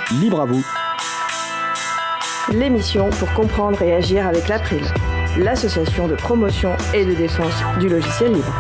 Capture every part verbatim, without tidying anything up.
Libre à vous. L'émission pour comprendre et agir avec l'April, l'association de promotion et de défense du logiciel libre.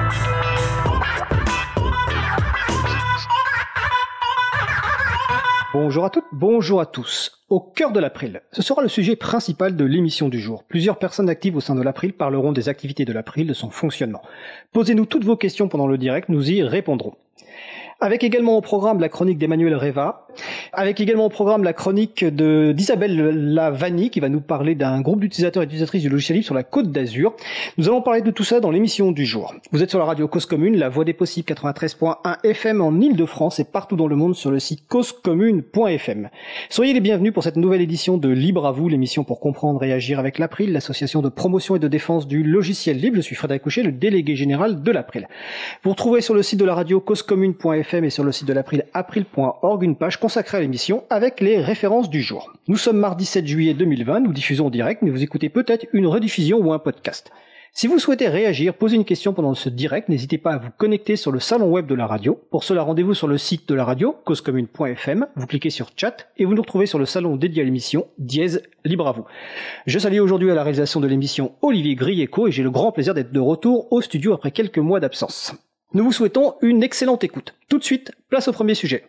Bonjour à toutes, bonjour à tous. Au cœur de l'April, ce sera le sujet principal de l'émission du jour. Plusieurs personnes actives au sein de l'April parleront des activités de l'April, de son fonctionnement. Posez-nous toutes vos questions pendant le direct, nous y répondrons. Avec également au programme la chronique d'Emmanuel Reva, avec également au programme la chronique de d'Isabelle Lavani qui va nous parler d'un groupe d'utilisateurs et d'utilisatrices du logiciel libre sur la Côte d'Azur. Nous allons parler de tout ça dans l'émission du jour. Vous êtes sur la radio Cause Commune, la voix des possibles quatre-vingt-treize point un F M en Ile-de-France et partout dans le monde sur le site cause commune point F M. Soyez les bienvenus pour cette nouvelle édition de Libre à vous, l'émission pour comprendre et agir avec l'April, l'association de promotion et de défense du logiciel libre. Je suis Frédéric Couchet, le délégué général de l'April. Vous retrouvez sur le site de la radio cause commune point F M et sur le site de l'April, april point org, une page consacrée à l'émission avec les références du jour. Nous sommes mardi sept juillet deux mille vingt, nous diffusons en direct, mais vous écoutez peut-être une rediffusion ou un podcast. Si vous souhaitez réagir, poser une question pendant ce direct, n'hésitez pas à vous connecter sur le salon web de la radio. Pour cela, rendez-vous sur le site de la radio, cause commune point F M, vous cliquez sur chat et vous nous retrouvez sur le salon dédié à l'émission, dièse libre à vous. Je salue aujourd'hui à la réalisation de l'émission Olivier Grieco et j'ai le grand plaisir d'être de retour au studio après quelques mois d'absence. Nous vous souhaitons une excellente écoute. Tout de suite, place au premier sujet.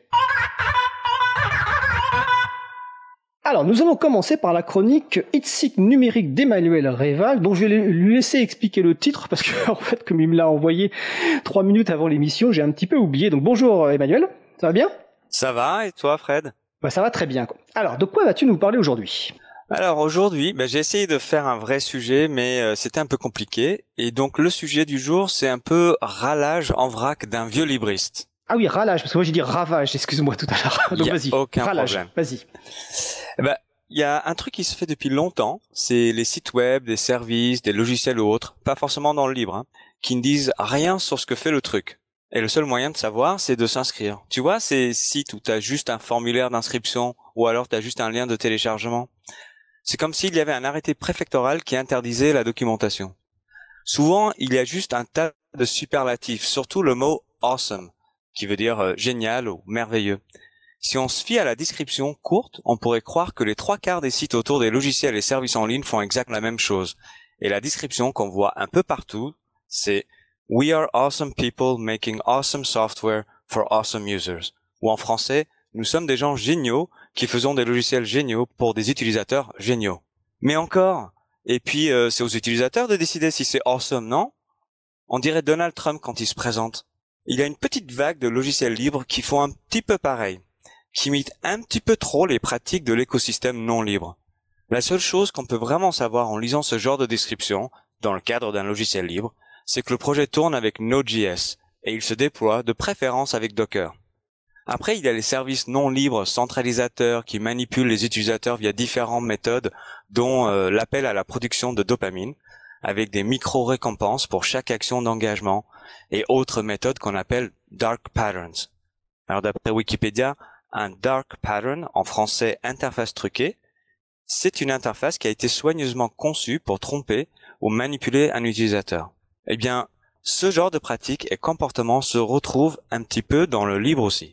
Alors, nous allons commencer par la chronique Itsic numérique d'Emmanuel Reva, dont je vais lui laisser expliquer le titre, parce que, en fait, comme il me l'a envoyé trois minutes avant l'émission, j'ai un petit peu oublié. Donc, bonjour Emmanuel, ça va bien ? Ça va, et toi Fred ? Bah, ça va très bien, quoi. Alors, de quoi vas-tu nous parler aujourd'hui ? Alors aujourd'hui, bah, j'ai essayé de faire un vrai sujet, mais euh, c'était un peu compliqué. Et donc le sujet du jour, c'est un peu râlage en vrac d'un vieux libriste. Ah oui, râlage, parce que moi j'ai dit ravage, excuse-moi tout à l'heure. Donc y a vas-y, aucun râlage, problème. Vas-y. Eh ben, il y a un truc qui se fait depuis longtemps, c'est les sites web, des services, des logiciels ou autres, pas forcément dans le livre, hein, qui ne disent rien sur ce que fait le truc. Et le seul moyen de savoir, c'est de s'inscrire. Tu vois, ces sites où tu as juste un formulaire d'inscription ou alors tu as juste un lien de téléchargement. C'est comme s'il y avait un arrêté préfectoral qui interdisait la documentation. Souvent, il y a juste un tas de superlatifs, surtout le mot « awesome », qui veut dire euh, « génial » ou « merveilleux ». Si on se fie à la description courte, on pourrait croire que les trois quarts des sites autour des logiciels et services en ligne font exactement la même chose. Et la description qu'on voit un peu partout, c'est « We are awesome people making awesome software for awesome users ». Ou en français, « Nous sommes des gens géniaux qui faisons des logiciels géniaux pour des utilisateurs géniaux ». Mais encore, et puis euh, c'est aux utilisateurs de décider si c'est awesome, non ? On dirait Donald Trump quand il se présente. Il y a une petite vague de logiciels libres qui font un petit peu pareil, qui imitent un petit peu trop les pratiques de l'écosystème non libre. La seule chose qu'on peut vraiment savoir en lisant ce genre de description, dans le cadre d'un logiciel libre, c'est que le projet tourne avec Node.js, et il se déploie de préférence avec Docker. Après, il y a les services non libres centralisateurs qui manipulent les utilisateurs via différentes méthodes, dont euh, l'appel à la production de dopamine, avec des micro-récompenses pour chaque action d'engagement, et autres méthodes qu'on appelle dark patterns. Alors d'après Wikipédia, un dark pattern, en français interface truquée, c'est une interface qui a été soigneusement conçue pour tromper ou manipuler un utilisateur. Eh bien, ce genre de pratique et comportement se retrouve un petit peu dans le libre aussi.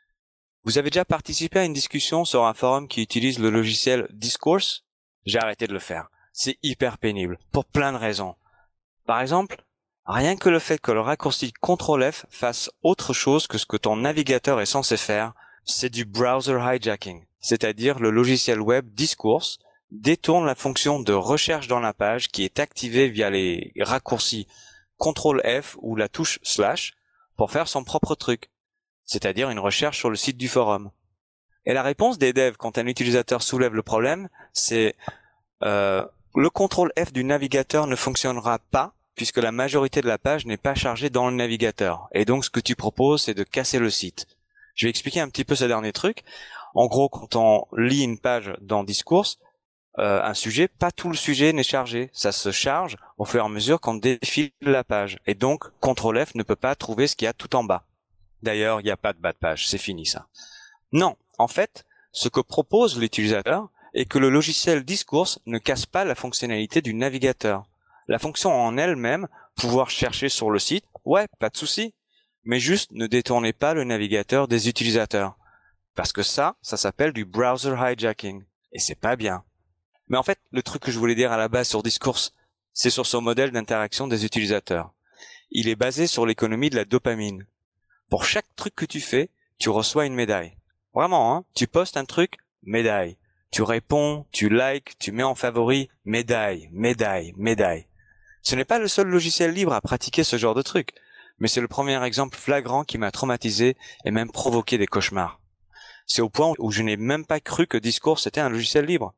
Vous avez déjà participé à une discussion sur un forum qui utilise le logiciel Discourse ? J'ai arrêté de le faire. C'est hyper pénible, pour plein de raisons. Par exemple, rien que le fait que le raccourci contrôle F fasse autre chose que ce que ton navigateur est censé faire, c'est du browser hijacking. C'est-à-dire le logiciel web Discourse détourne la fonction de recherche dans la page qui est activée via les raccourcis contrôle F ou la touche slash pour faire son propre truc, c'est-à-dire une recherche sur le site du forum. Et la réponse des devs quand un utilisateur soulève le problème, c'est euh, le contrôle F du navigateur ne fonctionnera pas puisque la majorité de la page n'est pas chargée dans le navigateur. Et donc ce que tu proposes, c'est de casser le site. Je vais expliquer un petit peu ce dernier truc. En gros, quand on lit une page dans Discourse, euh, un sujet, pas tout le sujet n'est chargé. Ça se charge au fur et à mesure qu'on défile la page. Et donc, contrôle F ne peut pas trouver ce qu'il y a tout en bas. D'ailleurs, il n'y a pas de bas de page, c'est fini ça. Non, en fait, ce que propose l'utilisateur est que le logiciel Discourse ne casse pas la fonctionnalité du navigateur. La fonction en elle-même, pouvoir chercher sur le site, ouais, pas de souci. Mais juste ne détournez pas le navigateur des utilisateurs. Parce que ça, ça s'appelle du browser hijacking. Et c'est pas bien. Mais en fait, le truc que je voulais dire à la base sur Discourse, c'est sur son modèle d'interaction des utilisateurs. Il est basé sur l'économie de la dopamine. Pour chaque truc que tu fais, tu reçois une médaille. Vraiment, hein. Tu postes un truc, médaille. Tu réponds, tu likes, tu mets en favori, médaille, médaille, médaille. Ce n'est pas le seul logiciel libre à pratiquer ce genre de truc, mais c'est le premier exemple flagrant qui m'a traumatisé et même provoqué des cauchemars. C'est au point où je n'ai même pas cru que Discourse était un logiciel libre.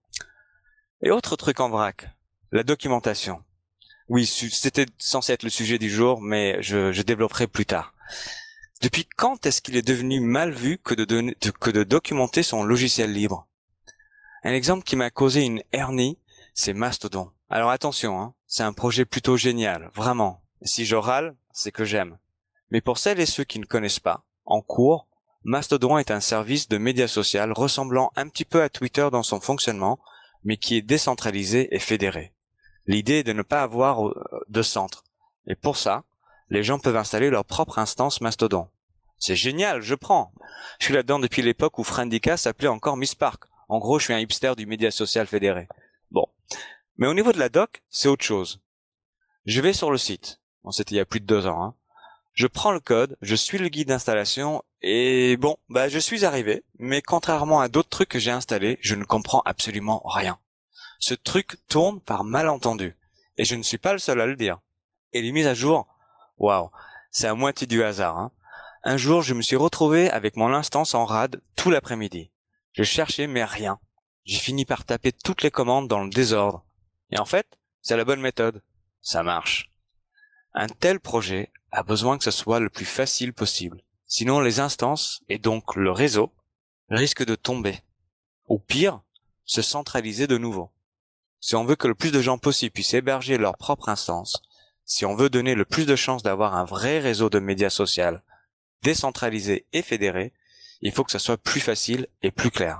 Et autre truc en vrac, la documentation. Oui, c'était censé être le sujet du jour, mais je, je développerai plus tard. Depuis quand est-ce qu'il est devenu mal vu que de, donner, de, que de documenter son logiciel libre? Un exemple qui m'a causé une hernie, c'est Mastodon. Alors attention, hein, c'est un projet plutôt génial, vraiment. Si je râle, c'est que j'aime. Mais pour celles et ceux qui ne connaissent pas, en cours, Mastodon est un service de médias social ressemblant un petit peu à Twitter dans son fonctionnement, mais qui est décentralisé et fédéré. L'idée est de ne pas avoir de centre. Et pour ça, les gens peuvent installer leur propre instance Mastodon. C'est génial, je prends. Je suis là-dedans depuis l'époque où Friendica s'appelait encore Miss Park. En gros, je suis un hipster du média social fédéré. Bon. Mais au niveau de la doc, c'est autre chose. Je vais sur le site. Bon, c'était il y a plus de deux ans, hein. Je prends le code, je suis le guide d'installation, et bon, bah, je suis arrivé, mais contrairement à d'autres trucs que j'ai installés, je ne comprends absolument rien. Ce truc tourne par malentendu. Et je ne suis pas le seul à le dire. Et les mises à jour, waouh, c'est à moitié du hasard, hein. Un jour, je me suis retrouvé avec mon instance en rade tout l'après-midi. Je cherchais, mais rien. J'ai fini par taper toutes les commandes dans le désordre. Et en fait, c'est la bonne méthode. Ça marche. Un tel projet a besoin que ce soit le plus facile possible. Sinon, les instances, et donc le réseau, risquent de tomber. Ou pire, se centraliser de nouveau. Si on veut que le plus de gens possible puissent héberger leur propre instance, si on veut donner le plus de chances d'avoir un vrai réseau de médias sociaux, décentralisé et fédéré, il faut que ça soit plus facile et plus clair.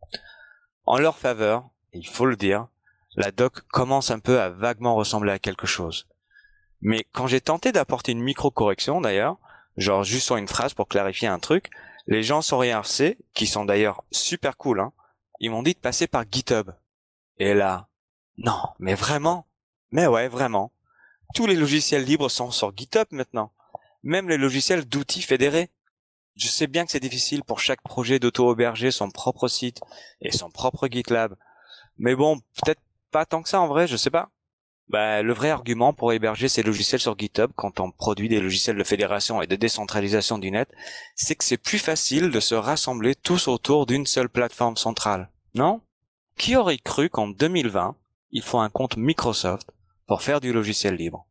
En leur faveur, il faut le dire, la doc commence un peu à vaguement ressembler à quelque chose. Mais quand j'ai tenté d'apporter une micro-correction d'ailleurs, genre juste sur une phrase pour clarifier un truc, les gens sur I R C, qui sont d'ailleurs super cool, hein, ils m'ont dit de passer par GitHub. Et là, non, mais vraiment? Mais ouais, vraiment. Tous les logiciels libres sont sur GitHub maintenant. Même les logiciels d'outils fédérés. Je sais bien que c'est difficile pour chaque projet d'auto-héberger son propre site et son propre GitLab. Mais bon, peut-être pas tant que ça en vrai, je sais pas. Bah, le vrai argument pour héberger ces logiciels sur GitHub quand on produit des logiciels de fédération et de décentralisation du net, c'est que c'est plus facile de se rassembler tous autour d'une seule plateforme centrale. Non? Qui aurait cru qu'en deux mille vingt, il faut un compte Microsoft pour faire du logiciel libre?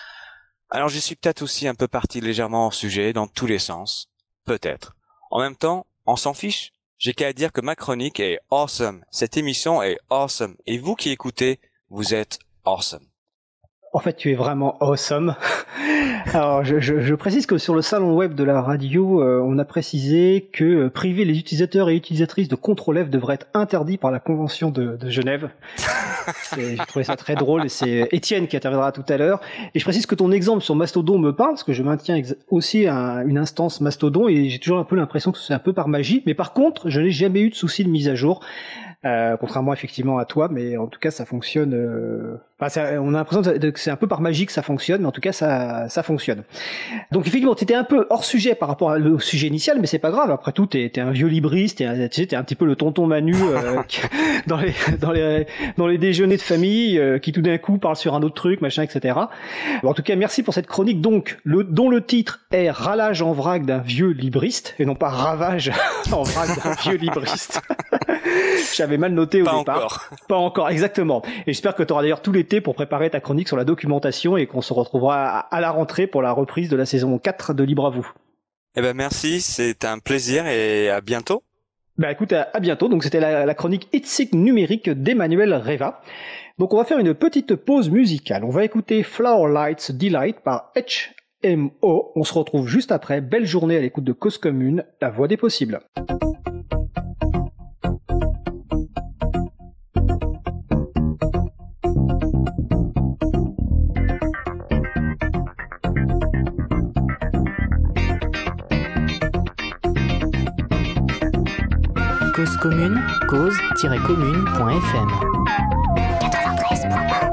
Alors je suis peut-être aussi un peu parti légèrement hors sujet dans tous les sens. Peut-être. En même temps, on s'en fiche. J'ai qu'à dire que ma chronique est awesome. Cette émission est awesome. Et vous qui écoutez, vous êtes awesome. En fait, tu es vraiment awesome. Alors, je, je, je précise que sur le salon web de la radio, euh, on a précisé que euh, priver les utilisateurs et utilisatrices de contrôle F devrait être interdit par la Convention de, de Genève. J'ai trouvé ça très drôle et c'est Étienne qui interviendra tout à l'heure. Et je précise que ton exemple sur Mastodon me parle, parce que je maintiens aussi un, une instance Mastodon et j'ai toujours un peu l'impression que c'est un peu par magie. Mais par contre, je n'ai jamais eu de souci de mise à jour. Euh, contrairement effectivement à toi, mais en tout cas ça fonctionne. Euh... Enfin, ça, on a l'impression que c'est un peu par magie que ça fonctionne, mais en tout cas ça, ça fonctionne. Donc effectivement, tu étais un peu hors sujet par rapport au sujet initial, mais c'est pas grave. Après tout, t'es, t'es un vieux libriste, t'es un, tu sais, t'es un petit peu le tonton Manu euh, qui, dans les dans les dans les déjeuners de famille, euh, qui tout d'un coup parle sur un autre truc, machin, et cetera. Bon, en tout cas, merci pour cette chronique. Donc, le dont le titre est Ralage en vrac d'un vieux libriste et non pas Ravage en vrac d'un vieux libriste. J'avais mal noté au pas départ. Encore. Pas encore, exactement. Et j'espère que tu auras d'ailleurs tout l'été pour préparer ta chronique sur la documentation et qu'on se retrouvera à la rentrée pour la reprise de la saison quatre de Libre à vous. Eh ben merci, c'est un plaisir et à bientôt. Bah écoute, à, à bientôt. Donc c'était la, la chronique Itzig numérique d'Emmanuel Reva. Donc on va faire une petite pause musicale. On va écouter Flower Lights Delight par H M O. On se retrouve juste après. Belle journée à l'écoute de Cause Commune, la voix des possibles. Cause commune, cause tiret commune point f m. quatre-vingt-treize point un.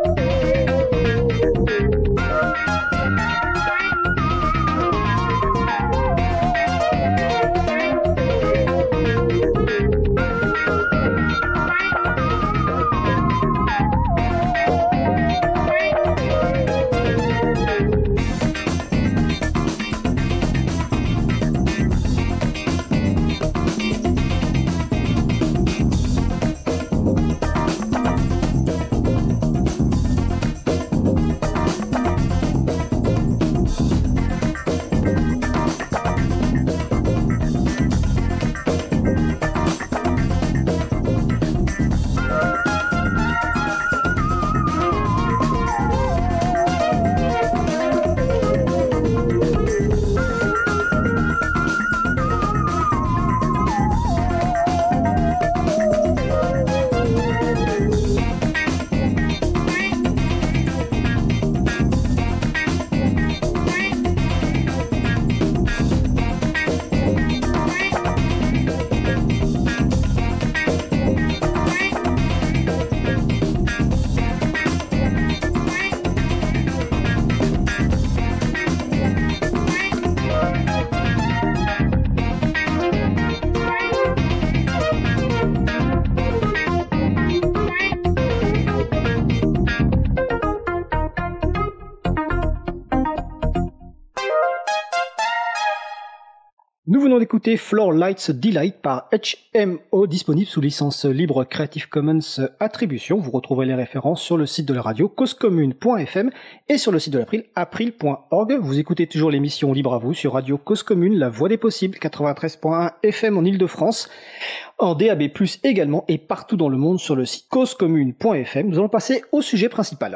Nous venons d'écouter Floor Lights Delight par H M O, disponible sous licence libre Creative Commons Attribution. Vous retrouverez les références sur le site de la radio cause commune point f m et sur le site de l'April, april point org. Vous écoutez toujours l'émission Libre à vous sur Radio Cause Commune, la voix des possibles, quatre-vingt-treize point un F M en Ile-de-France, en D A B plus, également, et partout dans le monde sur le site cause commune point f m. Nous allons passer au sujet principal.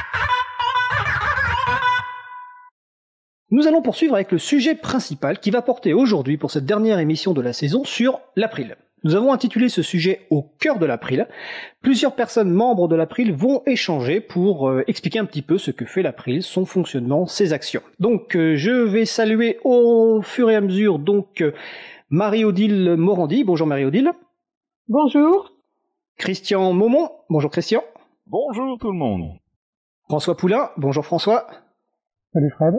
Nous allons poursuivre avec le sujet principal qui va porter aujourd'hui, pour cette dernière émission de la saison, sur l'April. Nous avons intitulé ce sujet « Au cœur de l'April ». Plusieurs personnes membres de l'April vont échanger pour euh, expliquer un petit peu ce que fait l'April, son fonctionnement, ses actions. Donc euh, je vais saluer au fur et à mesure donc euh, Marie-Odile Morandi. Bonjour Marie-Odile. Bonjour. Christian Maumont. Bonjour Christian. Bonjour tout le monde. François Poulain. Bonjour François. Salut Fred.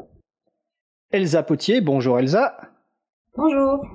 Elsa Potier, bonjour Elsa. Bonjour.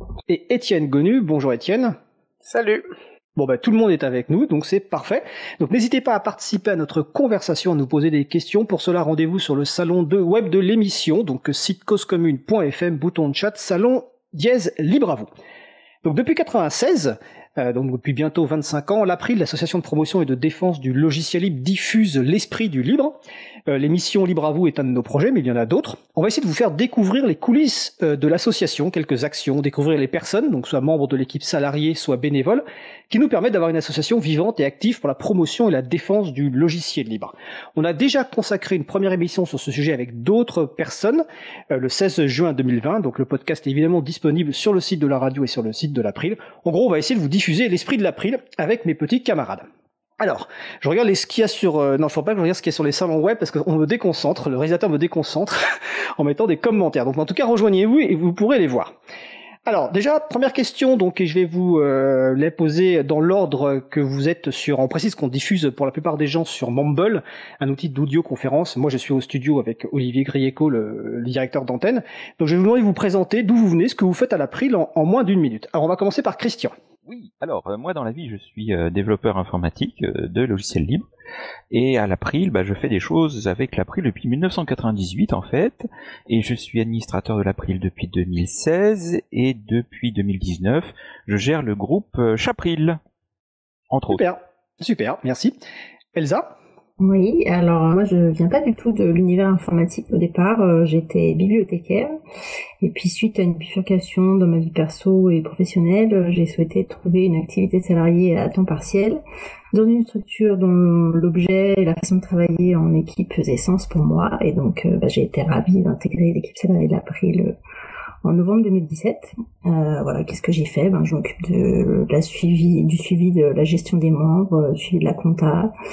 Et Étienne Gonu, bonjour Étienne. Salut. Bon bah tout le monde est avec nous, donc c'est parfait. Donc n'hésitez pas à participer à notre conversation, à nous poser des questions. Pour cela, rendez-vous sur le salon de web de l'émission, donc site cause commune point f m, bouton de chat, salon dièse libre à vous. Donc depuis quatre-vingt-seize, euh, donc depuis bientôt vingt-cinq ans, l'April, l'association de promotion et de défense du logiciel libre, diffuse l'esprit du libre. Euh, l'émission Libre à vous est un de nos projets, mais il y en a d'autres. On va essayer de vous faire découvrir les coulisses euh, de l'association, quelques actions, découvrir les personnes, donc soit membres de l'équipe salariée, soit bénévoles, qui nous permettent d'avoir une association vivante et active pour la promotion et la défense du logiciel libre. On a déjà consacré une première émission sur ce sujet avec d'autres personnes, euh, le seize juin deux mille vingt, donc le podcast est évidemment disponible sur le site de la radio et sur le site de l'April. En gros, on va essayer de vous diffuser l'esprit de l'April avec mes petits camarades. Alors, je regarde les, ce qu'il y a sur... Euh, non, il ne faut pas que je regarde ce qu'il y a sur les salons web parce qu'on me déconcentre, le réalisateur me déconcentre en mettant des commentaires. Donc en tout cas, rejoignez-vous et vous pourrez les voir. Alors déjà, première question, donc et je vais vous euh, les poser dans l'ordre que vous êtes sur... On précise qu'on diffuse pour la plupart des gens sur Mumble, un outil d'audioconférence. Moi, je suis au studio avec Olivier Grieco, le, le directeur d'antenne. Donc je vais vous demander de vous présenter d'où vous venez, ce que vous faites à l'April en, en moins d'une minute. Alors on va commencer par Christian. Oui, alors euh, moi dans la vie je suis euh, développeur informatique euh, de logiciels libres et à l'April bah, je fais des choses avec l'April depuis mille neuf cent quatre-vingt-dix-huit en fait et je suis administrateur de l'April depuis deux mille seize et depuis deux mille dix-neuf je gère le groupe euh, Chapril entre super, autres. Super, super, merci. Elsa? Oui, alors moi je viens pas du tout de l'univers informatique au départ, euh, j'étais bibliothécaire et puis suite à une bifurcation dans ma vie perso et professionnelle, euh, j'ai souhaité trouver une activité de salarié à temps partiel dans une structure dont l'objet et la façon de travailler en équipe faisaient sens pour moi et donc euh, bah, j'ai été ravie d'intégrer l'équipe salariée de l'April euh, en novembre deux mille dix-sept. Euh, voilà, qu'est-ce que j'ai fait? Ben, je m'occupe de, de la suivi, du suivi de la gestion des membres, du suivi de la compta,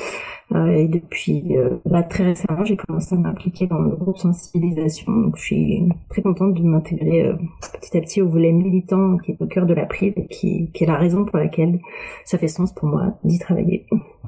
Euh, et depuis euh, là très récemment, j'ai commencé à m'impliquer dans le groupe sensibilisation. Donc je suis très contente de m'intégrer euh, petit à petit au volet militant qui est au cœur de l'April et qui, qui est la raison pour laquelle ça fait sens pour moi d'y travailler.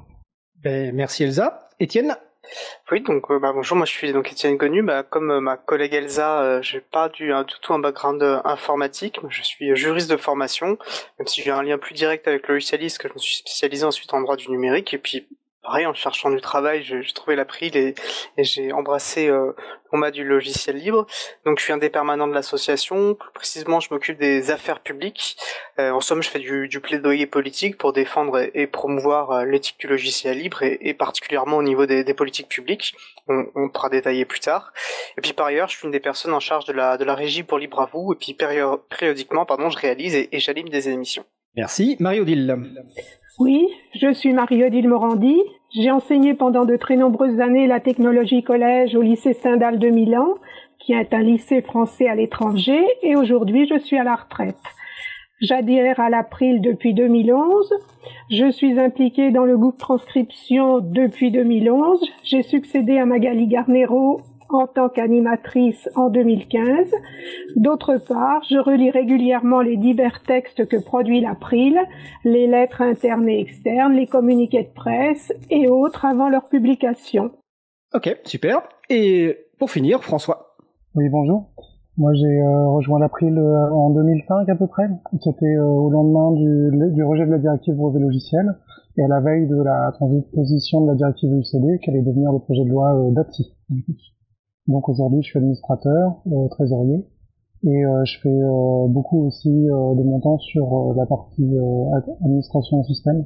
Ben, merci Elsa. Étienne? Oui, donc euh, bah, bonjour, moi je suis donc Étienne Gonu. Bah, comme euh, ma collègue Elsa, euh, j'ai pas du, un, du tout un background euh, informatique. Je suis juriste de formation, même si j'ai un lien plus direct avec le logicialiste, que je me suis spécialisé ensuite en droit du numérique. Et puis pareil, en cherchant du travail, j'ai, j'ai trouvé l'April et, et j'ai embrassé euh, le combat du logiciel libre. Donc je suis un des permanents de l'association. Plus précisément, je m'occupe des affaires publiques. Euh, en somme, je fais du, du plaidoyer politique pour défendre et, et promouvoir euh, l'éthique du logiciel libre et, et particulièrement au niveau des, des politiques publiques. On, on pourra détailler plus tard. Et puis par ailleurs, je suis une des personnes en charge de la, de la régie pour Libre à vous. Et puis pério- périodiquement, pardon, je réalise et, et j'anime des émissions. Merci. Marie-Odile. Oui, je suis Marie-Odile Morandi. J'ai enseigné pendant de très nombreuses années la technologie collège au lycée Stendhal de Milan, qui est un lycée français à l'étranger, et aujourd'hui je suis à la retraite. J'adhère à l'April depuis deux mille onze. Je suis impliquée dans le groupe transcription depuis deux mille onze. J'ai succédé à Magali Garnero en tant qu'animatrice en deux mille quinze. D'autre part, je relis régulièrement les divers textes que produit l'April, les lettres internes et externes, les communiqués de presse et autres avant leur publication. Ok, super. Et pour finir, François. Oui, bonjour. Moi, j'ai euh, rejoint l'April euh, en deux mille cinq à peu près. C'était euh, au lendemain du, du rejet de la directive brevet logiciel et à la veille de la transposition de la directive U C D, qui allait devenir le projet de loi euh, d'A P S I. Donc aujourd'hui, je suis administrateur, euh, trésorier, et euh, je fais euh, beaucoup aussi euh, de mon temps sur euh, la partie euh, administration système.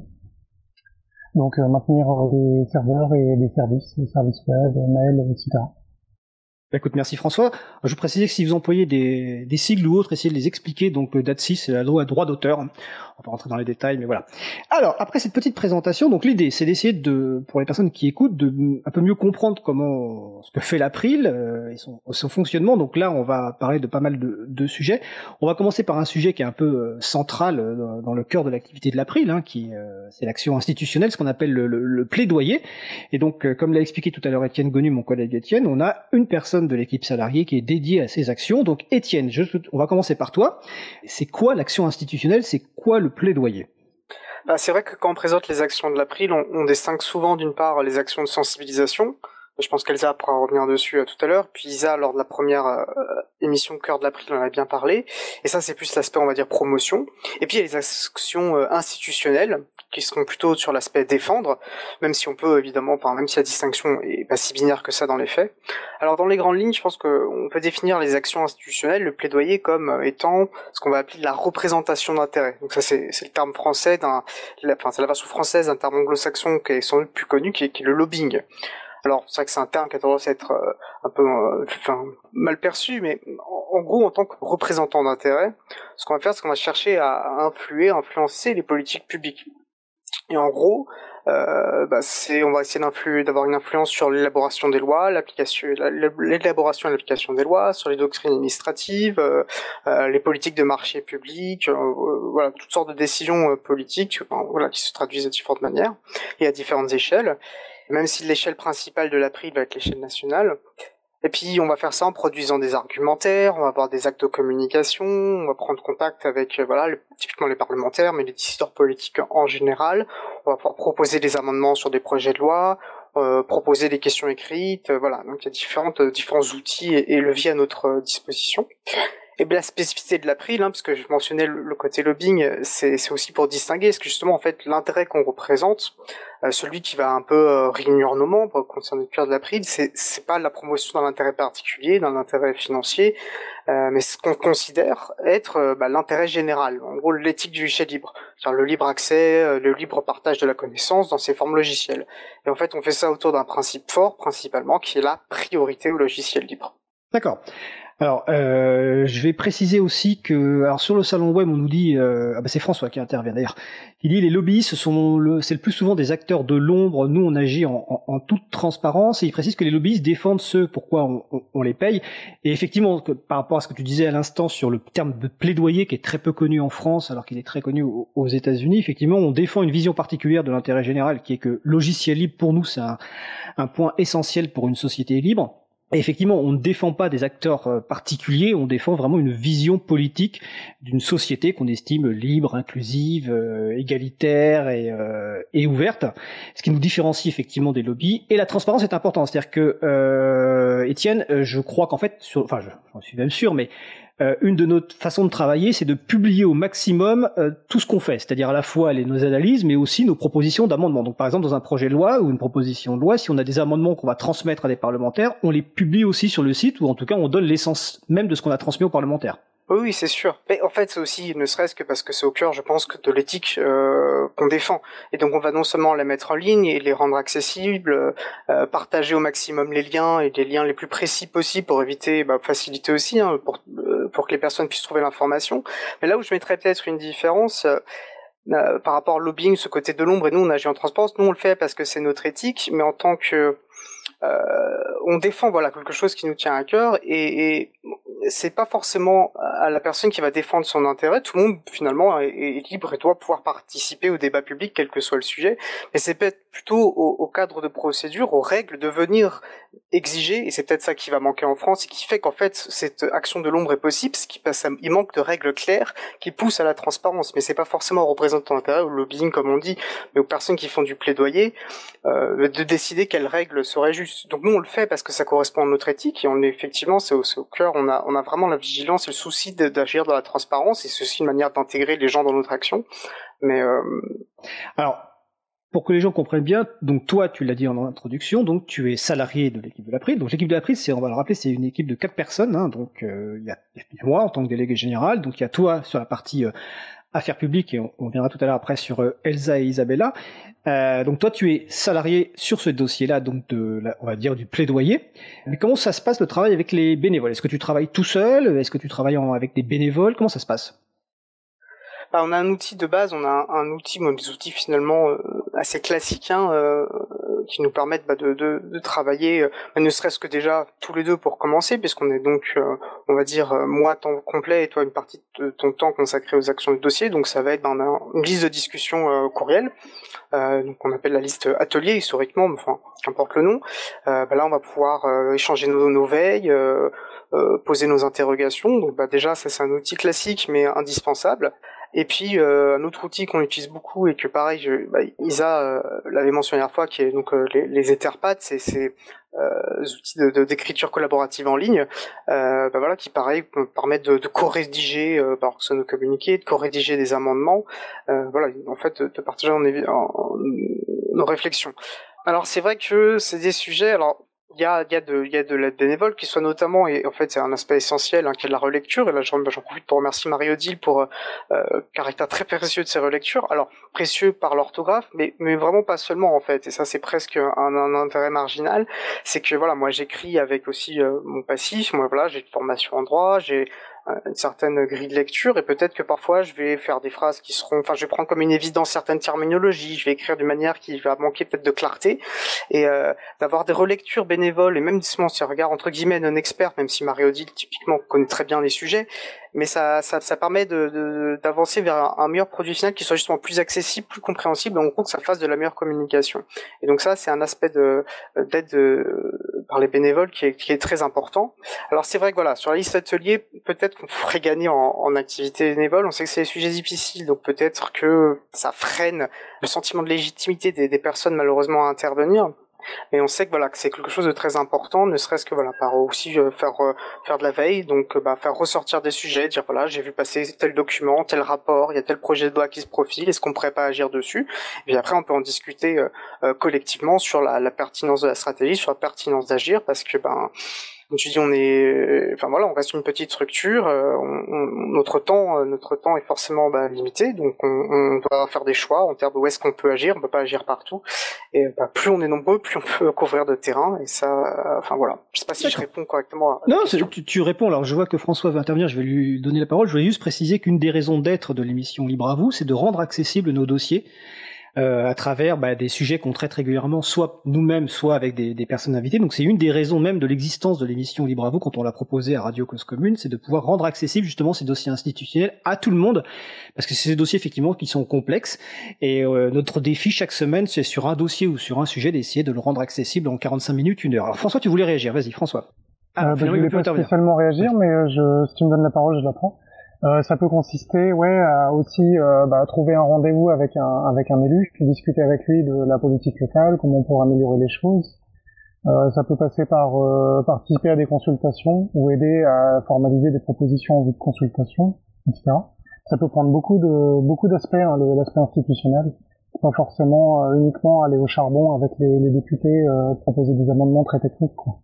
Donc euh, maintenir euh, des serveurs et des services, des services web, mail, et cetera. Écoute, merci François. Je vous précisais que si vous employez des, des sigles ou autres, essayez de les expliquer. Donc D A T S I, c'est la loi droit d'auteur. On va rentrer dans les détails, mais voilà. Alors, après cette petite présentation, donc l'idée, c'est d'essayer de, pour les personnes qui écoutent, de un peu mieux comprendre comment, ce que fait l'April euh, et son, son fonctionnement. Donc là, on va parler de pas mal de, de sujets. On va commencer par un sujet qui est un peu euh, central euh, dans le cœur de l'activité de l'April, hein, qui euh, c'est l'action institutionnelle, ce qu'on appelle le, le, le plaidoyer. Et donc, euh, comme l'a expliqué tout à l'heure Étienne Gonu, mon collègue Étienne, on a une personne de l'équipe salariée qui est dédiée à ces actions. Donc Étienne, je, on va commencer par toi. C'est quoi l'action institutionnelle? C'est quoi le plaidoyer? Bah, c'est vrai que quand on présente les actions de l'April, on, on distingue souvent d'une part les actions de sensibilisation. Je pense qu'Elsa pourra revenir dessus euh, tout à l'heure. Puis Isa, lors de la première euh, émission Cœur de l'April, on en a bien parlé. Et ça, c'est plus l'aspect, on va dire, promotion. Et puis il y a les actions euh, institutionnelles, qui seront plutôt sur l'aspect défendre, même si on peut évidemment, enfin même si la distinction est pas si binaire que ça dans les faits. Alors dans les grandes lignes, je pense qu'on peut définir les actions institutionnelles, le plaidoyer, comme étant ce qu'on va appeler de la représentation d'intérêt. Donc ça, c'est, c'est le terme français, d'un, enfin c'est la version française d'un terme anglo-saxon qui est sans doute plus connu, qui est, qui est le lobbying. Alors, c'est vrai que c'est un terme qui a tendance à être euh, un peu euh, enfin, mal perçu, mais en, en gros, en tant que représentant d'intérêt, ce qu'on va faire, c'est qu'on va chercher à influer, à influencer les politiques publiques. Et en gros, euh, bah, c'est, on va essayer d'influer, d'avoir une influence sur l'élaboration des lois, l'application, la, l'élaboration et l'application des lois, sur les doctrines administratives, euh, euh, les politiques de marché public, euh, voilà, toutes sortes de décisions euh, politiques, enfin, voilà, qui se traduisent de différentes manières et à différentes échelles. Même si l'échelle principale de l'April va être l'échelle nationale. Et puis on va faire ça en produisant des argumentaires, on va avoir des actes de communication, on va prendre contact avec euh, voilà, le, typiquement les parlementaires, mais les décideurs politiques en général. On va pouvoir proposer des amendements sur des projets de loi, euh, proposer des questions écrites, euh, voilà. Donc il y a différentes, euh, différents outils et, et leviers à notre euh, disposition. Et bien la spécificité de l'April, hein, parce que je mentionnais le, le côté lobbying, c'est, c'est aussi pour distinguer, parce que justement en fait l'intérêt qu'on représente, euh, celui qui va un peu euh, réunir nos membres concernant le cœur de l'April, c'est, c'est pas la promotion d'un intérêt particulier, d'un intérêt financier, euh, mais ce qu'on considère être euh, bah, l'intérêt général, en gros l'éthique du logiciel libre, c'est-à-dire le libre accès, euh, le libre partage de la connaissance dans ses formes logicielles. Et en fait on fait ça autour d'un principe fort, principalement, qui est la priorité au logiciel libre. D'accord. Alors, euh, je vais préciser aussi que, alors sur le salon web, on nous dit, euh, ah ben c'est François qui intervient d'ailleurs, il dit les lobbyistes sont le, c'est le plus souvent des acteurs de l'ombre. Nous, on agit en, en, en toute transparence, et il précise que les lobbyistes défendent ceux pourquoi on, on, on les paye. Et effectivement, que, par rapport à ce que tu disais à l'instant sur le terme de plaidoyer qui est très peu connu en France, alors qu'il est très connu aux, aux États-Unis, effectivement, on défend une vision particulière de l'intérêt général, qui est que logiciel libre pour nous, c'est un, un point essentiel pour une société libre. Et effectivement, on ne défend pas des acteurs euh, particuliers, on défend vraiment une vision politique d'une société qu'on estime libre, inclusive, euh, égalitaire et, euh, et ouverte, ce qui nous différencie effectivement des lobbies. Et la transparence est importante, c'est-à-dire que, euh, Étienne, je crois qu'en fait, sur, enfin, j'en suis même sûr, mais Euh, une de nos façons de travailler, c'est de publier au maximum euh, tout ce qu'on fait, c'est-à-dire à la fois les, nos analyses, mais aussi nos propositions d'amendements. Donc par exemple, dans un projet de loi ou une proposition de loi, si on a des amendements qu'on va transmettre à des parlementaires, on les publie aussi sur le site, ou en tout cas on donne l'essence même de ce qu'on a transmis aux parlementaires. Oui, oui, c'est sûr. Mais en fait, c'est aussi, ne serait-ce que parce que c'est au cœur, je pense, que de l'éthique euh, qu'on défend. Et donc, on va non seulement les mettre en ligne et les rendre accessibles, euh, partager au maximum les liens et les liens les plus précis possibles pour éviter, bah, faciliter aussi, hein, pour, euh, pour que les personnes puissent trouver l'information. Mais là où je mettrais peut-être une différence euh, euh, par rapport au lobbying, ce côté de l'ombre, et nous, on agit en transparence. Nous, on le fait parce que c'est notre éthique, mais en tant que Euh, on défend voilà quelque chose qui nous tient à cœur, et, et c'est pas forcément à la personne qui va défendre son intérêt. Tout le monde finalement est, est libre et doit pouvoir participer au débat public, quel que soit le sujet, mais c'est peut-être plutôt au, au cadre de procédure, aux règles, de venir exiger, et c'est peut-être ça qui va manquer en France et qui fait qu'en fait cette action de l'ombre est possible, c'est qu'il passe, il manque de règles claires qui poussent à la transparence. Mais c'est pas forcément aux représentants d'intérêt, au lobbying comme on dit, mais aux personnes qui font du plaidoyer, euh, de décider quelles règles seraient justes. Donc nous on le fait parce que ça correspond à notre éthique, et on est effectivement, c'est au, c'est au cœur, on a, on a vraiment la vigilance et le souci de, d'agir dans la transparence, et c'est aussi une manière d'intégrer les gens dans notre action. Mais euh... alors, pour que les gens comprennent bien, donc toi, tu l'as dit en introduction, donc tu es salarié de l'équipe de l'April. Donc l'équipe de l'April, c'est, on va le rappeler, c'est une équipe de quatre personnes. Hein, donc euh, il y a moi en tant que délégué général, donc il y a toi sur la partie euh, affaires publiques, et on, on viendra tout à l'heure après sur euh, Elsa et Isabella. Euh, donc toi, tu es salarié sur ce dossier-là, donc de, la, on va dire du plaidoyer. Mais comment ça se passe le travail avec les bénévoles? Est-ce que tu travailles tout seul? Est-ce que tu travailles en, avec des bénévoles? Comment ça se passe? Bah, on a un outil de base, on a un, un outil, bon, des outils finalement euh, assez classiques, hein, euh, qui nous permettent bah, de, de, de travailler, euh, ne serait-ce que déjà tous les deux pour commencer, puisqu'on est donc, euh, on va dire, euh, moi temps complet et toi une partie de ton temps consacré aux actions du dossier. Donc ça va être bah, on a une liste de discussion euh, courriel, euh, donc on appelle la liste atelier historiquement, mais, enfin qu'importe le nom. Euh, bah, là on va pouvoir euh, échanger nos, nos veilles, euh, euh, poser nos interrogations. Donc bah, déjà ça c'est un outil classique mais indispensable. Et puis euh, un autre outil qu'on utilise beaucoup et que pareil, je, bah, Isa euh, l'avait mentionné la dernière fois, qui est donc euh, les, les Etherpads, c'est ces euh, outils de, de, d'écriture collaborative en ligne, euh, bah, voilà, qui pareil permettent de, de co-rédiger euh, par personne de communiquer, de co-rédiger des amendements, euh, voilà, en fait de, de partager en, en, en, nos réflexions. Alors c'est vrai que c'est des sujets, alors il y a, il y a de, il y a de l'aide bénévole qui soit notamment, et en fait c'est un aspect essentiel, hein, qui est de la relecture, et là j'en, j'en profite pour remercier Marie-Odile pour euh, caractère très précieux de ses relectures. Alors précieux par l'orthographe, mais mais vraiment pas seulement en fait, et ça c'est presque un, un intérêt marginal, c'est que voilà, moi j'écris avec aussi euh, mon passif, moi voilà, j'ai une formation en droit, j'ai une certaine grille de lecture, et peut-être que parfois je vais faire des phrases qui seront, enfin je vais prendre comme une évidence certaines terminologies, je vais écrire d'une manière qui va manquer peut-être de clarté, et euh, d'avoir des relectures bénévoles, et même si on regarde entre guillemets non experte, même si Marie-Odile typiquement connaît très bien les sujets, mais ça, ça, ça permet de, de, d'avancer vers un, un meilleur produit final qui soit justement plus accessible, plus compréhensible, en gros que ça fasse de la meilleure communication. Et donc ça, c'est un aspect de, d'aide de, par les bénévoles qui est, qui est très important. Alors c'est vrai que voilà, sur la liste atelier, peut-être qu'on pourrait gagner en, en activité bénévole. On sait que c'est des sujets difficiles, donc peut-être que ça freine le sentiment de légitimité des, des personnes malheureusement à intervenir. Mais on sait que voilà que c'est quelque chose de très important, ne serait-ce que voilà par aussi euh, faire euh, faire de la veille, donc euh, bah faire ressortir des sujets, dire voilà j'ai vu passer tel document, tel rapport, il y a tel projet de loi qui se profile, est-ce qu'on pourrait pas agir dessus? Et puis après on peut en discuter euh, euh, collectivement sur la, la pertinence de la stratégie, sur la pertinence d'agir, parce que ben Comme tu dis, on est, enfin voilà, on reste une petite structure. Euh, on, on, notre temps, euh, notre temps est forcément bah, limité, donc on, on doit faire des choix en termes de où est-ce qu'on peut agir. On peut pas agir partout. Et bah, plus on est nombreux, plus on peut couvrir de terrain. Et ça, euh, enfin voilà. Je sais pas si D'accord. je réponds correctement. À non, tu, tu réponds. Alors je vois que François va intervenir. Je vais lui donner la parole. Je voulais juste préciser qu'une des raisons d'être de l'émission Libre à vous, c'est de rendre accessibles nos dossiers. Euh, à travers bah, des sujets qu'on traite régulièrement, soit nous-mêmes, soit avec des, des personnes invitées. Donc c'est une des raisons même de l'existence de l'émission Libre à vous, quand on l'a proposé à Radio Cause Commune, c'est de pouvoir rendre accessible justement ces dossiers institutionnels à tout le monde, parce que c'est ces dossiers effectivement qui sont complexes, et euh, notre défi chaque semaine, c'est sur un dossier ou sur un sujet d'essayer de le rendre accessible en quarante-cinq minutes, une heure. Alors François, tu voulais réagir, vas-y François. Ah, euh, bah, je voulais pas spécialement réagir, mais je, si tu me donnes la parole, je la prends. Euh, ça peut consister, ouais, à aussi euh, bah, trouver un rendez-vous avec un avec un élu, puis discuter avec lui de la politique locale, comment on pourrait améliorer les choses. Euh, ça peut passer par euh, participer à des consultations ou aider à formaliser des propositions en vue de consultation, et cetera. Ça peut prendre beaucoup de beaucoup d'aspects, hein, l'aspect institutionnel. Pas forcément euh, uniquement aller au charbon avec les, les députés, euh, proposer des amendements très techniques, quoi.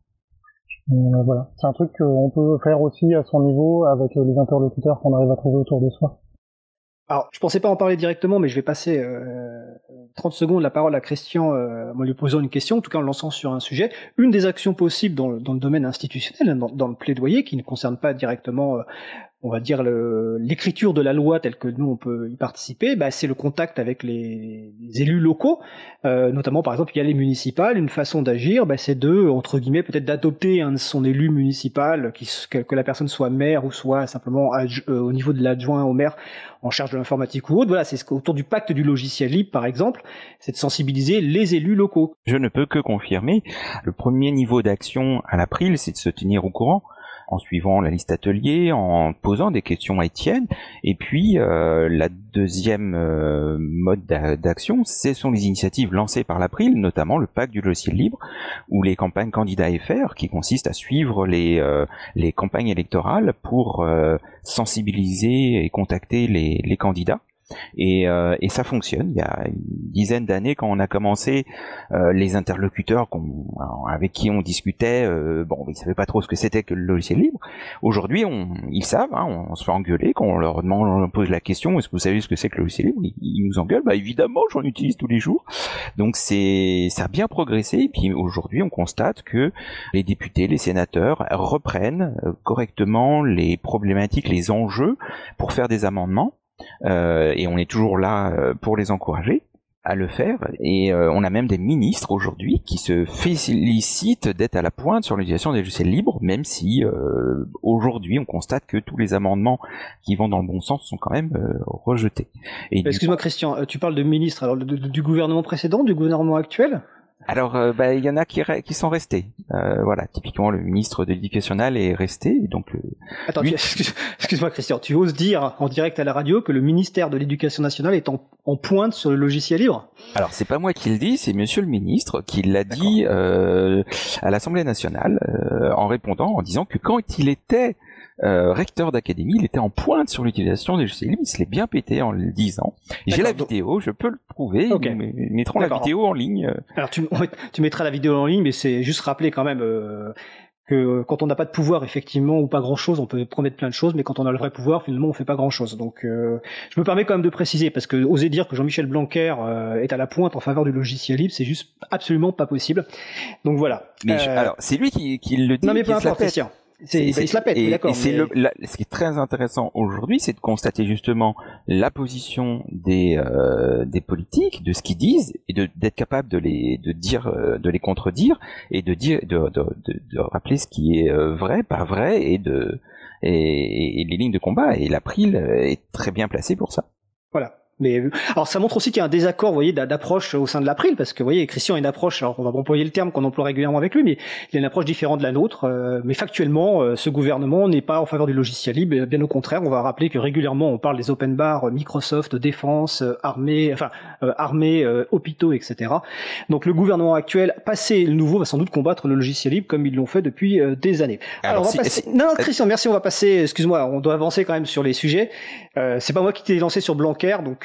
Euh, voilà, c'est un truc qu'on peut faire aussi à son niveau avec les interlocuteurs qu'on arrive à trouver autour de soi. Alors, je pensais pas en parler directement, mais je vais passer euh, trente secondes la parole à Christian euh, en lui posant une question, en tout cas en lançant sur un sujet. Une des actions possibles dans le, dans le domaine institutionnel, dans, dans le plaidoyer, qui ne concerne pas directement, euh, on va dire, le, l'écriture de la loi telle que nous on peut y participer, bah, c'est le contact avec les, les élus locaux, euh, notamment par exemple il y a les municipales. Une façon d'agir, bah, c'est de, entre guillemets, peut-être d'adopter un de son élu municipal, qui, que, que la personne soit maire ou soit simplement adj- euh, au niveau de l'adjoint au maire en charge de l'informatique ou autre. Voilà, c'est ce autour du pacte du logiciel libre par exemple, c'est de sensibiliser les élus locaux. Je ne peux que confirmer, le premier niveau d'action à l'April, c'est de se tenir au courant, en suivant la liste atelier, en posant des questions à Étienne. Et puis, euh, la deuxième euh, mode d'action, ce sont les initiatives lancées par l'April, notamment le pacte du logiciel libre, ou les campagnes candidats F R, qui consistent à suivre les, euh, les campagnes électorales pour euh, sensibiliser et contacter les, les candidats. Et, euh, et ça fonctionne. Il y a une dizaine d'années, quand on a commencé, euh, les interlocuteurs qu'on, avec qui on discutait, euh, bon, ils savaient pas trop ce que c'était que le logiciel libre. Aujourd'hui, on, ils savent. Hein, on, on se fait engueuler quand on leur demande, on leur pose la question, est-ce que vous savez ce que c'est que le logiciel libre? Ils, ils nous engueulent. Bah évidemment, j'en utilise tous les jours. Donc c'est, ça a bien progressé. Et puis aujourd'hui, on constate que les députés, les sénateurs reprennent correctement les problématiques, les enjeux pour faire des amendements. Euh, et on est toujours là euh, pour les encourager à le faire, et euh, on a même des ministres aujourd'hui qui se félicitent d'être à la pointe sur l'utilisation des logiciels libres, même si euh, aujourd'hui on constate que tous les amendements qui vont dans le bon sens sont quand même euh, rejetés. Et excuse-moi coup... Christian, tu parles de ministres, alors de, de, du gouvernement précédent, du gouvernement actuel? Alors, euh, bah, il y en a qui, qui sont restés. Euh, voilà, typiquement le ministre de l'Éducation nationale est resté. Donc, le... Attends, lui... excuse, excuse-moi Christian, tu oses dire en direct à la radio que le ministère de l'Éducation nationale est en, en pointe sur le logiciel libre? Alors, c'est pas moi qui le dis, c'est Monsieur le ministre qui l'a dit euh, à l'Assemblée nationale euh, en répondant, en disant que quand il était Euh, recteur d'académie, il était en pointe sur l'utilisation des logiciels libres, il se l'est bien pété en le disant. J'ai la vidéo, je peux le prouver, okay. Nous mettrons la vidéo en ligne. Alors tu, tu mettras la vidéo en ligne, mais c'est juste rappeler quand même euh, que quand on n'a pas de pouvoir, effectivement, ou pas grand-chose, on peut promettre plein de choses, mais quand on a le vrai pouvoir, finalement, on fait pas grand-chose. Donc euh, je me permets quand même de préciser, parce que oser dire que Jean-Michel Blanquer euh, est à la pointe en faveur du logiciel libre, c'est juste absolument pas possible. Donc voilà. Mais euh... je, alors, c'est lui qui, qui le dit. Non mais peu importe, Christian. C'est, c'est, il se la pète, et, d'accord. Et c'est mais... le, la, ce qui est très intéressant aujourd'hui, c'est de constater justement la position des euh, des politiques, de ce qu'ils disent, et de d'être capable de les de dire, de les contredire, et de dire, de de, de, de rappeler ce qui est vrai, pas vrai, et de et, et les lignes de combat. Et l'April est très bien placé pour ça. Voilà. Mais alors ça montre aussi qu'il y a un désaccord, vous voyez, d'approche au sein de l'April, parce que vous voyez, Christian a une approche, alors on va employer le terme qu'on emploie régulièrement avec lui, mais il a une approche différente de la nôtre. Euh, mais factuellement, euh, ce gouvernement n'est pas en faveur du logiciel libre, bien au contraire. On va rappeler que régulièrement on parle des open bars, Microsoft, défense, euh, armée, enfin euh, armée, euh, hôpitaux, et cetera. Donc le gouvernement actuel, passé le nouveau, va sans doute combattre le logiciel libre comme ils l'ont fait depuis euh, des années. Alors, alors on va si, passer... si, non, non, Christian, merci. On va passer. Excuse-moi, on doit avancer quand même sur les sujets. Euh, c'est pas moi qui t'ai lancé sur Blanquer, donc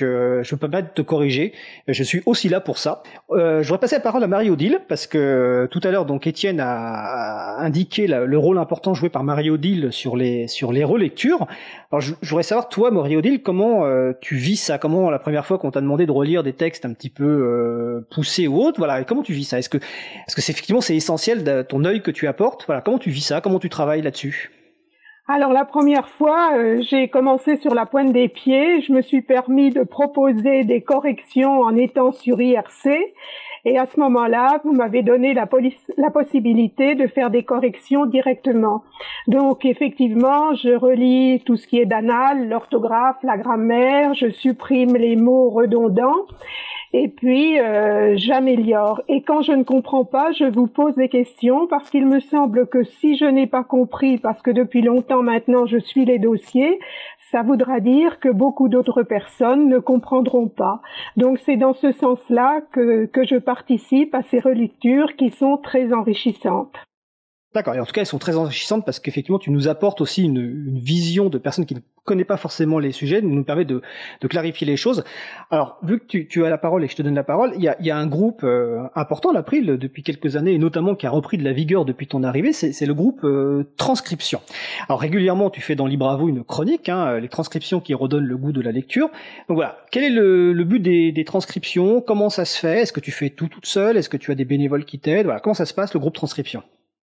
euh, je peux pas te corriger. Je suis aussi là pour ça. Euh, je voudrais passer la parole à Marie-Odile parce que euh, tout à l'heure, donc Étienne a, a indiqué la, le rôle important joué par Marie-Odile sur les sur les relectures. Alors, je, je voudrais savoir, toi, Marie-Odile, comment euh, tu vis ça? Comment la première fois qu'on t'a demandé de relire des textes un petit peu euh, poussés ou autres, voilà, comment tu vis ça? Est-ce que est-ce que c'est effectivement c'est essentiel de ton œil que tu apportes? Voilà, comment tu vis ça? Comment tu travailles là-dessus? Alors la première fois, euh, j'ai commencé sur la pointe des pieds. Je me suis permis de proposer des corrections en étant sur I R C. Et à ce moment-là, vous m'avez donné la, police, la possibilité de faire des corrections directement. Donc effectivement, je relis tout ce qui est d'anal, l'orthographe, la grammaire, je supprime les mots redondants. Et puis, euh, j'améliore. Et quand je ne comprends pas, je vous pose des questions parce qu'il me semble que si je n'ai pas compris, parce que depuis longtemps maintenant je suis les dossiers, ça voudra dire que beaucoup d'autres personnes ne comprendront pas. Donc c'est dans ce sens-là que, que je participe à ces relectures qui sont très enrichissantes. D'accord, et en tout cas elles sont très enrichissantes parce qu'effectivement tu nous apportes aussi une, une vision de personnes qui ne connaissent pas forcément les sujets, nous permet de, de clarifier les choses. Alors vu que tu, tu as la parole et que je te donne la parole, il y a, il y a un groupe euh, important à l'April depuis quelques années et notamment qui a repris de la vigueur depuis ton arrivée, c'est, c'est le groupe euh, Transcription. Alors régulièrement tu fais dans Libre à vous une chronique, hein, les transcriptions qui redonnent le goût de la lecture. Donc voilà, quel est le, le but des, des transcriptions? Comment ça se fait? Est-ce que tu fais tout toute seule? Est-ce que tu as des bénévoles qui t'aident? Voilà, comment ça se passe le groupe Transcription?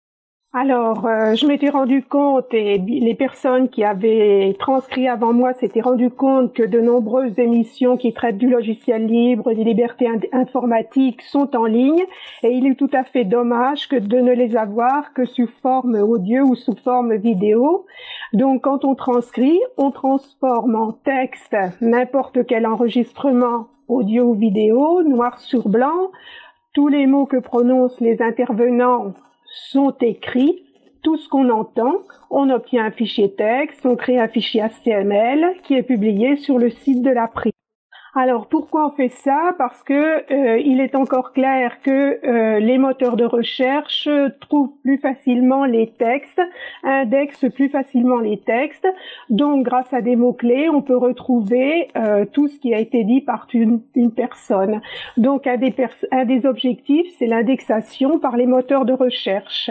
Alors, euh, je m'étais rendu compte, et les personnes qui avaient transcrit avant moi s'étaient rendu compte que de nombreuses émissions qui traitent du logiciel libre, des libertés informatiques sont en ligne, et il est tout à fait dommage que de ne les avoir que sous forme audio ou sous forme vidéo. Donc, quand on transcrit, on transforme en texte n'importe quel enregistrement audio ou vidéo, noir sur blanc. Tous les mots que prononcent les intervenants sont écrits, tout ce qu'on entend, on obtient un fichier texte, on crée un fichier H T M L qui est publié sur le site de l'April. Alors pourquoi on fait ça? Parce que euh, il est encore clair que euh, les moteurs de recherche trouvent plus facilement les textes, indexent plus facilement les textes. Donc grâce à des mots-clés, on peut retrouver euh, tout ce qui a été dit par une, une personne. Donc un des, pers- un des objectifs, c'est l'indexation par les moteurs de recherche.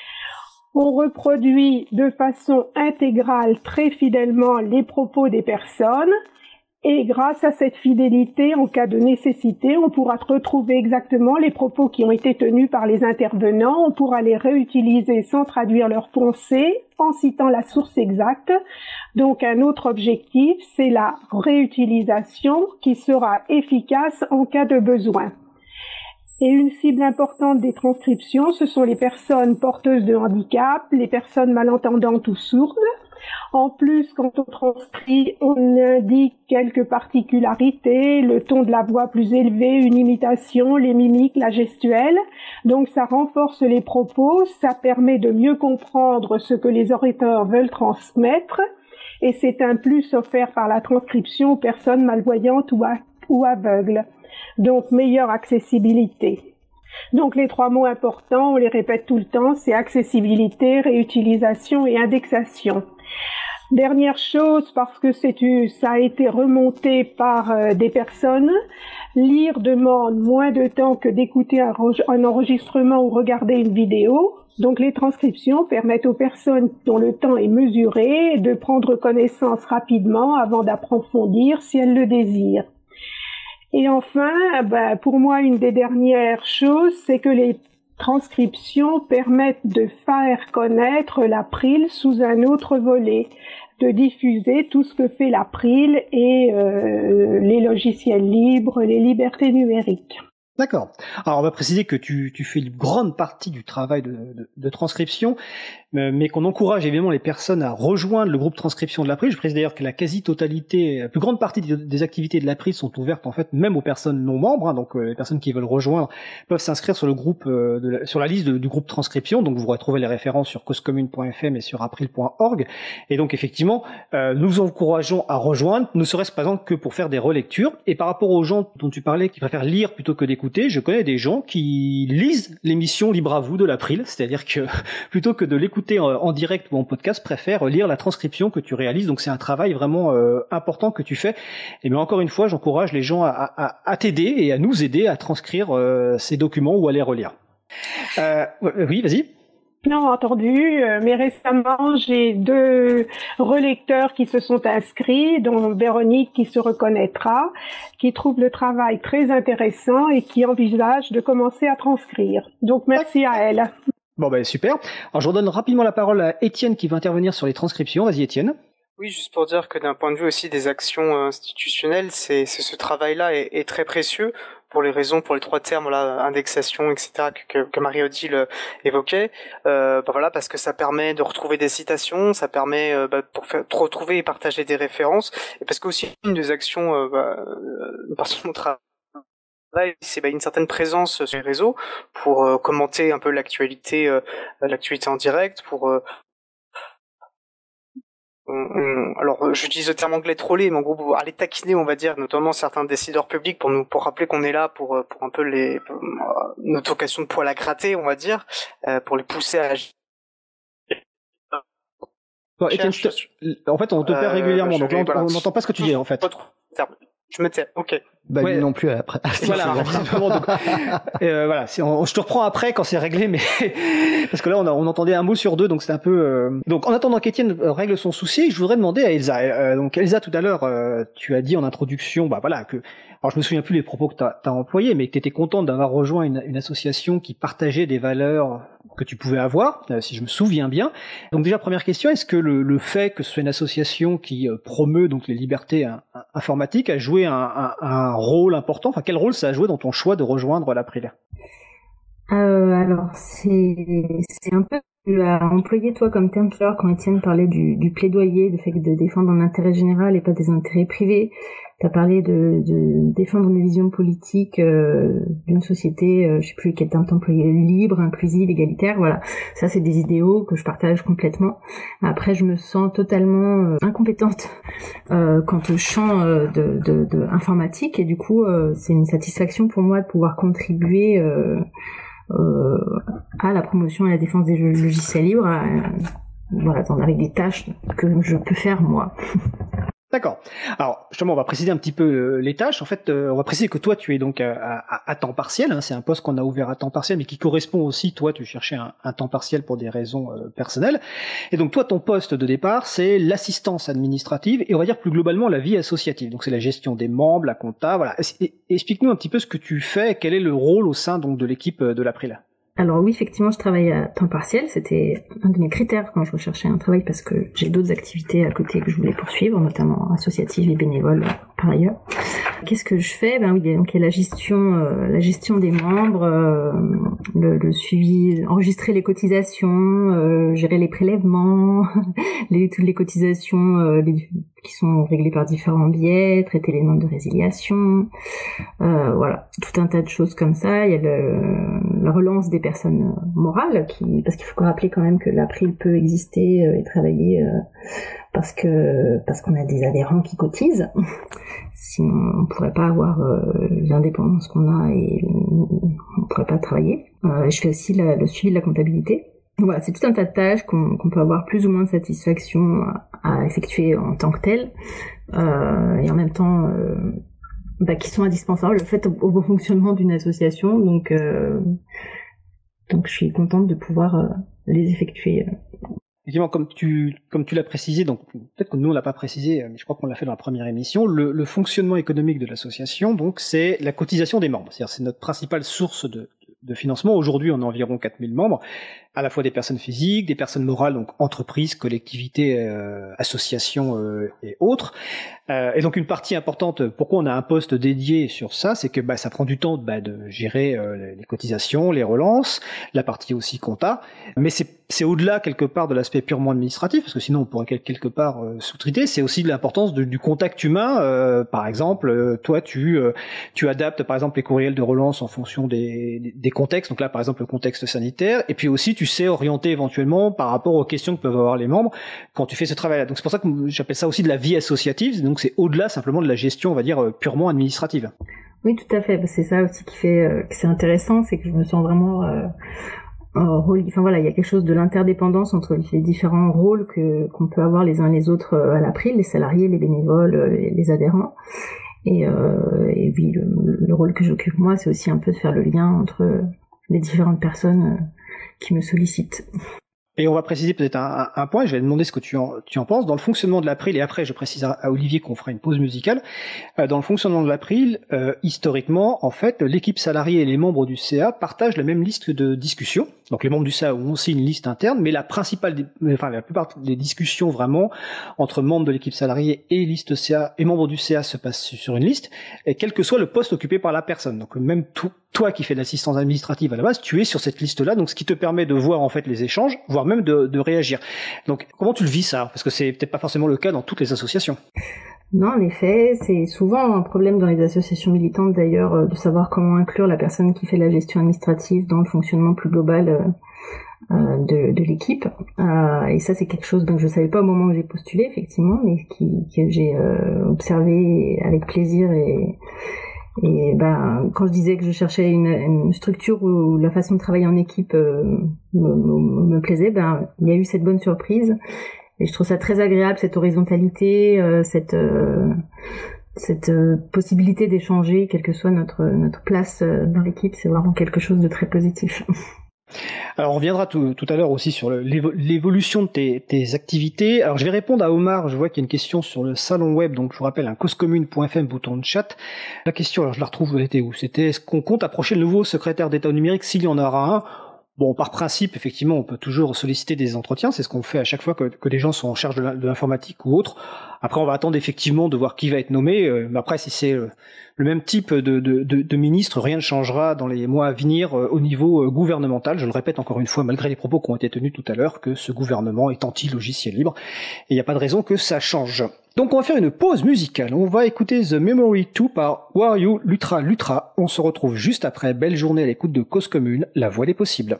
On reproduit de façon intégrale, très fidèlement, les propos des personnes. Et grâce à cette fidélité, en cas de nécessité, on pourra retrouver exactement les propos qui ont été tenus par les intervenants. On pourra les réutiliser sans traduire leurs pensées, en citant la source exacte. Donc un autre objectif, c'est la réutilisation qui sera efficace en cas de besoin. Et une cible importante des transcriptions, ce sont les personnes porteuses de handicap, les personnes malentendantes ou sourdes. En plus, quand on transcrit, on indique quelques particularités, le ton de la voix plus élevé, une imitation, les mimiques, la gestuelle. Donc ça renforce les propos, ça permet de mieux comprendre ce que les orateurs veulent transmettre. Et c'est un plus offert par la transcription aux personnes malvoyantes ou, a- ou aveugles. Donc meilleure accessibilité. Donc les trois mots importants, on les répète tout le temps, c'est accessibilité, réutilisation et indexation. Dernière chose, parce que c'est ça a été remonté par euh, des personnes, lire demande moins de temps que d'écouter un, un enregistrement ou regarder une vidéo. Donc les transcriptions permettent aux personnes dont le temps est mesuré de prendre connaissance rapidement avant d'approfondir si elles le désirent. Et enfin, ben, pour moi, une des dernières choses, c'est que les transcriptions permettent de faire connaître l'April sous un autre volet, de diffuser tout ce que fait l'April et euh, les logiciels libres, les libertés numériques. D'accord. Alors on va préciser que tu, tu fais une grande partie du travail de, de, de transcription, mais qu'on encourage évidemment les personnes à rejoindre le groupe transcription de l'April. Je précise d'ailleurs que la quasi-totalité, la plus grande partie des, des activités de l'April sont ouvertes en fait même aux personnes non membres, hein, donc euh, les personnes qui veulent rejoindre peuvent s'inscrire sur le groupe, euh, de la, sur la liste de, du groupe transcription. Donc vous retrouvez les références sur causecommune point f m et sur april point org. Et donc effectivement, euh, nous encourageons à rejoindre, ne serait-ce par exemple que pour faire des relectures. Et par rapport aux gens dont tu parlais qui préfèrent lire plutôt que d'écouter, je connais des gens qui lisent l'émission Libre à vous de l'April, c'est-à-dire que plutôt que de l'écouter écouter en, en direct ou en podcast préfèrent lire la transcription que tu réalises. Donc c'est un travail vraiment euh, important que tu fais. Et mais encore une fois, j'encourage les gens à, à, à t'aider et à nous aider à transcrire euh, ces documents ou à les relire. Euh, oui, vas-y. Non, entendu, mais récemment, j'ai deux relecteurs qui se sont inscrits, dont Véronique qui se reconnaîtra, qui trouve le travail très intéressant et qui envisage de commencer à transcrire. Donc, merci à elle. Bon, ben super. Alors, je redonne rapidement la parole à Étienne qui va intervenir sur les transcriptions. Vas-y, Étienne. Oui, juste pour dire que d'un point de vue aussi des actions institutionnelles, c'est, c'est ce travail-là est, est très précieux. Pour les raisons, pour les trois termes, là, indexation, et cetera, que, que Marie-Odile évoquait, euh, bah voilà, parce que ça permet de retrouver des citations, ça permet euh, bah, pour faire, de retrouver et partager des références, et parce que aussi une des actions, euh, bah, une partie de mon travail, c'est bah, une certaine présence sur les réseaux pour euh, commenter un peu l'actualité, euh, l'actualité en direct, pour euh, On, on, alors, j'utilise le terme anglais troller, mais en gros, aller taquiner, on va dire, notamment certains décideurs publics pour nous, pour rappeler qu'on est là pour, pour un peu les, pour, euh, notre vocation de poil à gratter, on va dire, euh, pour les pousser à agir. Bon, Étienne, te... en fait, on te perd euh, régulièrement, donc là, on n'entend voilà. pas ce que tu dis, en fait. Je me tais, ok. Bah, ouais. lui non plus, après. Voilà, donc, euh, voilà, c'est, on, je te reprends après quand c'est réglé, mais parce que là, on, a, on entendait un mot sur deux, donc c'était un peu... Euh... Donc, en attendant qu'Étienne règle son souci, je voudrais demander à Elsa. Euh, donc, Elsa, tout à l'heure, euh, tu as dit en introduction, bah voilà, que... Alors, je me souviens plus les propos que tu as employés, mais que tu étais contente d'avoir rejoint une, une association qui partageait des valeurs que tu pouvais avoir, euh, si je me souviens bien. Donc déjà, première question, est-ce que le, le fait que ce soit une association qui euh, promeut donc les libertés hein, informatiques a joué un, un, un rôle important? Enfin, quel rôle ça a joué dans ton choix de rejoindre l'April? euh, Alors, c'est, c'est un peu... Tu as employé toi comme terme tout à l'heure quand Étienne parlait du, du plaidoyer, du fait de défendre un intérêt général et pas des intérêts privés. Tu as parlé de, de défendre une vision politique euh, d'une société, euh, je sais plus quel terme t'employais, libre, inclusive, égalitaire. Voilà, ça c'est des idéaux que je partage complètement. Après, je me sens totalement euh, incompétente euh, quant au champ euh, de, de, de informatique et du coup, euh, c'est une satisfaction pour moi de pouvoir contribuer. Euh, Euh, à la promotion et à la défense des logiciels libres, à, voilà, avec des tâches que je peux faire moi. D'accord. Alors, justement, on va préciser un petit peu les tâches. En fait, euh, on va préciser que toi, tu es donc à, à, à temps partiel. Hein, c'est un poste qu'on a ouvert à temps partiel, mais qui correspond aussi, toi, tu cherchais un, un temps partiel pour des raisons euh, personnelles. Et donc, toi, ton poste de départ, c'est l'assistance administrative et on va dire plus globalement la vie associative. Donc, c'est la gestion des membres, la compta. Voilà. Et, explique-nous un petit peu ce que tu fais, quel est le rôle au sein donc de l'équipe de l'April. Alors oui, effectivement, je travaille à temps partiel. C'était un de mes critères quand je recherchais un travail parce que j'ai d'autres activités à côté que je voulais poursuivre, notamment associatives et bénévoles par ailleurs. Qu'est-ce que je fais? Ben oui, donc il y a la gestion, euh, la gestion des membres, euh, le, le suivi, enregistrer les cotisations, euh, gérer les prélèvements, les, toutes les cotisations euh, les, qui sont réglées par différents biais, traiter les demandes de résiliation, euh, voilà, tout un tas de choses comme ça. Il y a le, la relance des personnes morales, qui, parce qu'il faut rappeler quand même que l'April peut exister euh, et travailler euh, parce que parce qu'on a des adhérents qui cotisent. Sinon, on pourrait pas avoir euh, l'indépendance qu'on a et on pourrait pas travailler. Euh, je fais aussi la, le suivi de la comptabilité. Donc voilà, c'est tout un tas de tâches qu'on, qu'on peut avoir plus ou moins de satisfaction à, à effectuer en tant que telles, euh, et en même temps euh, bah, qui sont indispensables le fait au, au bon fonctionnement d'une association. Donc euh, donc je suis contente de pouvoir euh, les effectuer. Effectivement, comme tu comme tu l'as précisé, donc peut-être que nous on l'a pas précisé, mais je crois qu'on l'a fait dans la première émission, le, le fonctionnement économique de l'association, donc c'est la cotisation des membres. C'est-à-dire c'est notre principale source de, de financement. Aujourd'hui, on a environ quatre mille membres, à la fois des personnes physiques, des personnes morales, donc entreprises, collectivités, euh, associations euh, et autres. Euh, et donc une partie importante, pourquoi on a un poste dédié sur ça, c'est que bah, ça prend du temps bah, de gérer euh, les cotisations, les relances, la partie aussi compta, mais c'est, c'est au-delà quelque part de l'aspect purement administratif, parce que sinon on pourrait quelque part euh, sous-traiter, c'est aussi de l'importance de, du contact humain. Euh, par exemple, euh, toi tu, euh, tu adaptes par exemple les courriels de relance en fonction des, des contextes, donc là par exemple le contexte sanitaire, et puis aussi tu sais orienter éventuellement par rapport aux questions que peuvent avoir les membres quand tu fais ce travail-là. Donc c'est pour ça que j'appelle ça aussi de la vie associative, donc c'est au-delà simplement de la gestion, on va dire, purement administrative. Oui, tout à fait. C'est ça aussi qui fait euh, que c'est intéressant, c'est que je me sens vraiment euh, rôle, enfin voilà, il y a quelque chose de l'interdépendance entre les différents rôles que qu'on peut avoir les uns les autres à l'April, les salariés, les bénévoles, les, les adhérents. Et, euh, et oui, le, le rôle que j'occupe moi, c'est aussi un peu de faire le lien entre les différentes personnes qui me sollicitent. Et on va préciser peut-être un, un point, je vais te demander ce que tu en, tu en penses. Dans le fonctionnement de l'April, et après je précise à, à Olivier qu'on fera une pause musicale, euh, dans le fonctionnement de l'April, euh, historiquement, en fait, l'équipe salariée et les membres du C A partagent la même liste de discussions. Donc les membres du C A ont aussi une liste interne, mais la principale, enfin la plupart des discussions vraiment entre membres de l'équipe salariée et liste C A et membres du C A se passent sur une liste, et quel que soit le poste occupé par la personne. Donc même tout, toi qui fais de l'assistance administrative à la base, tu es sur cette liste-là, donc ce qui te permet de voir en fait les échanges, voire même de, de réagir. Donc comment tu le vis ça? Parce que c'est peut-être pas forcément le cas dans toutes les associations. Non, en effet, c'est souvent un problème dans les associations militantes d'ailleurs de savoir comment inclure la personne qui fait la gestion administrative dans le fonctionnement plus global euh, de, de l'équipe. Euh, et ça, c'est quelque chose dont je savais pas au moment où j'ai postulé, effectivement, mais qui, que j'ai euh, observé avec plaisir et Et ben, quand je disais que je cherchais une, une structure où la façon de travailler en équipe euh, me, me, me plaisait, ben il y a eu cette bonne surprise. Et je trouve ça très agréable, cette horizontalité, euh, cette euh, cette euh, possibilité d'échanger, quelle que soit notre notre place euh, dans l'équipe, c'est vraiment quelque chose de très positif. Alors on reviendra tout, tout à l'heure aussi sur le, l'évo, l'évolution de tes, tes activités. Alors je vais répondre à Omar, je vois qu'il y a une question sur le salon web, donc je vous rappelle un causecommune point f m, bouton de chat. La question, alors je la retrouve, elle était où? C'était est-ce qu'on compte approcher le nouveau secrétaire d'État au numérique s'il y en aura un? Bon, par principe, effectivement, on peut toujours solliciter des entretiens, c'est ce qu'on fait à chaque fois que, que des gens sont en charge de, la, de l'informatique ou autre. Après, on va attendre effectivement de voir qui va être nommé, euh, mais après, si c'est euh, le même type de, de, de, de ministre, rien ne changera dans les mois à venir euh, au niveau euh, gouvernemental. Je le répète encore une fois, malgré les propos qui ont été tenus tout à l'heure, que ce gouvernement est anti-logiciel libre, et il n'y a pas de raison que ça change. Donc on va faire une pause musicale, on va écouter The Memory deux par Wario Lutra Lutra. On se retrouve juste après. Belle journée à l'écoute de Cause Commune, la voix des possibles.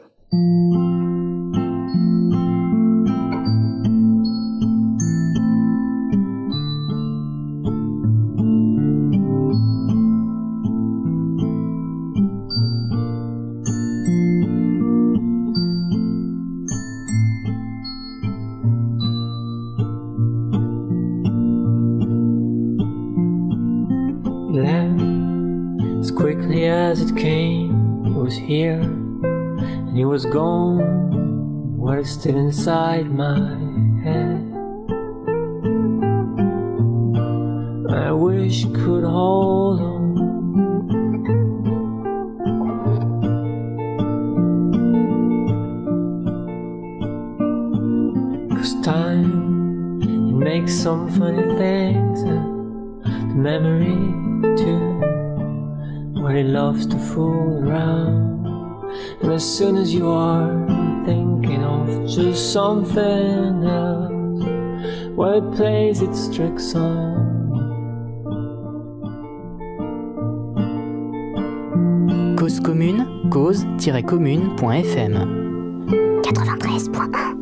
As quickly as it came, it was here, and it was gone, but it's still inside my head. I wish you could hold on, 'cause time, it makes some funny things, and the memory too. But it loves to fool around, and as soon as you are thinking of just something else, well, it plays its tricks on. Cause commune, cause tiret commune point f m quatre-vingt-treize point un.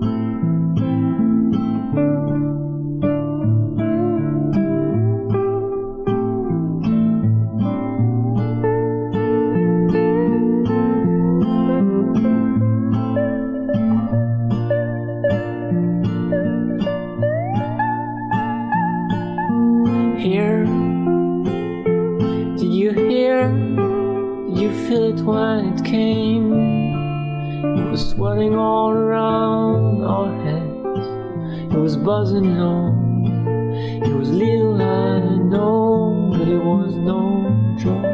When it came, it was swirling all around our heads. It was buzzing low. It was little I know, but it was no joke.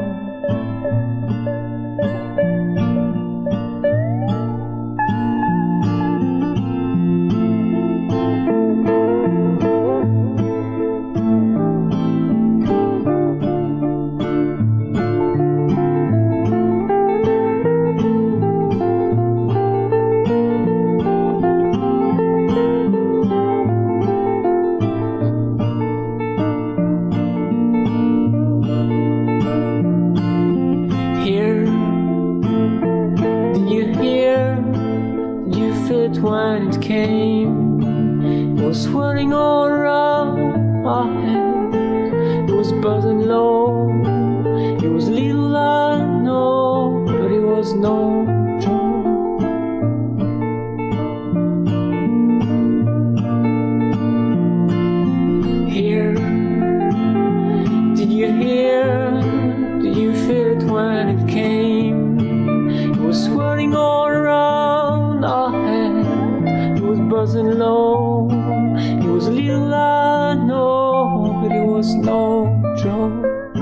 Joe.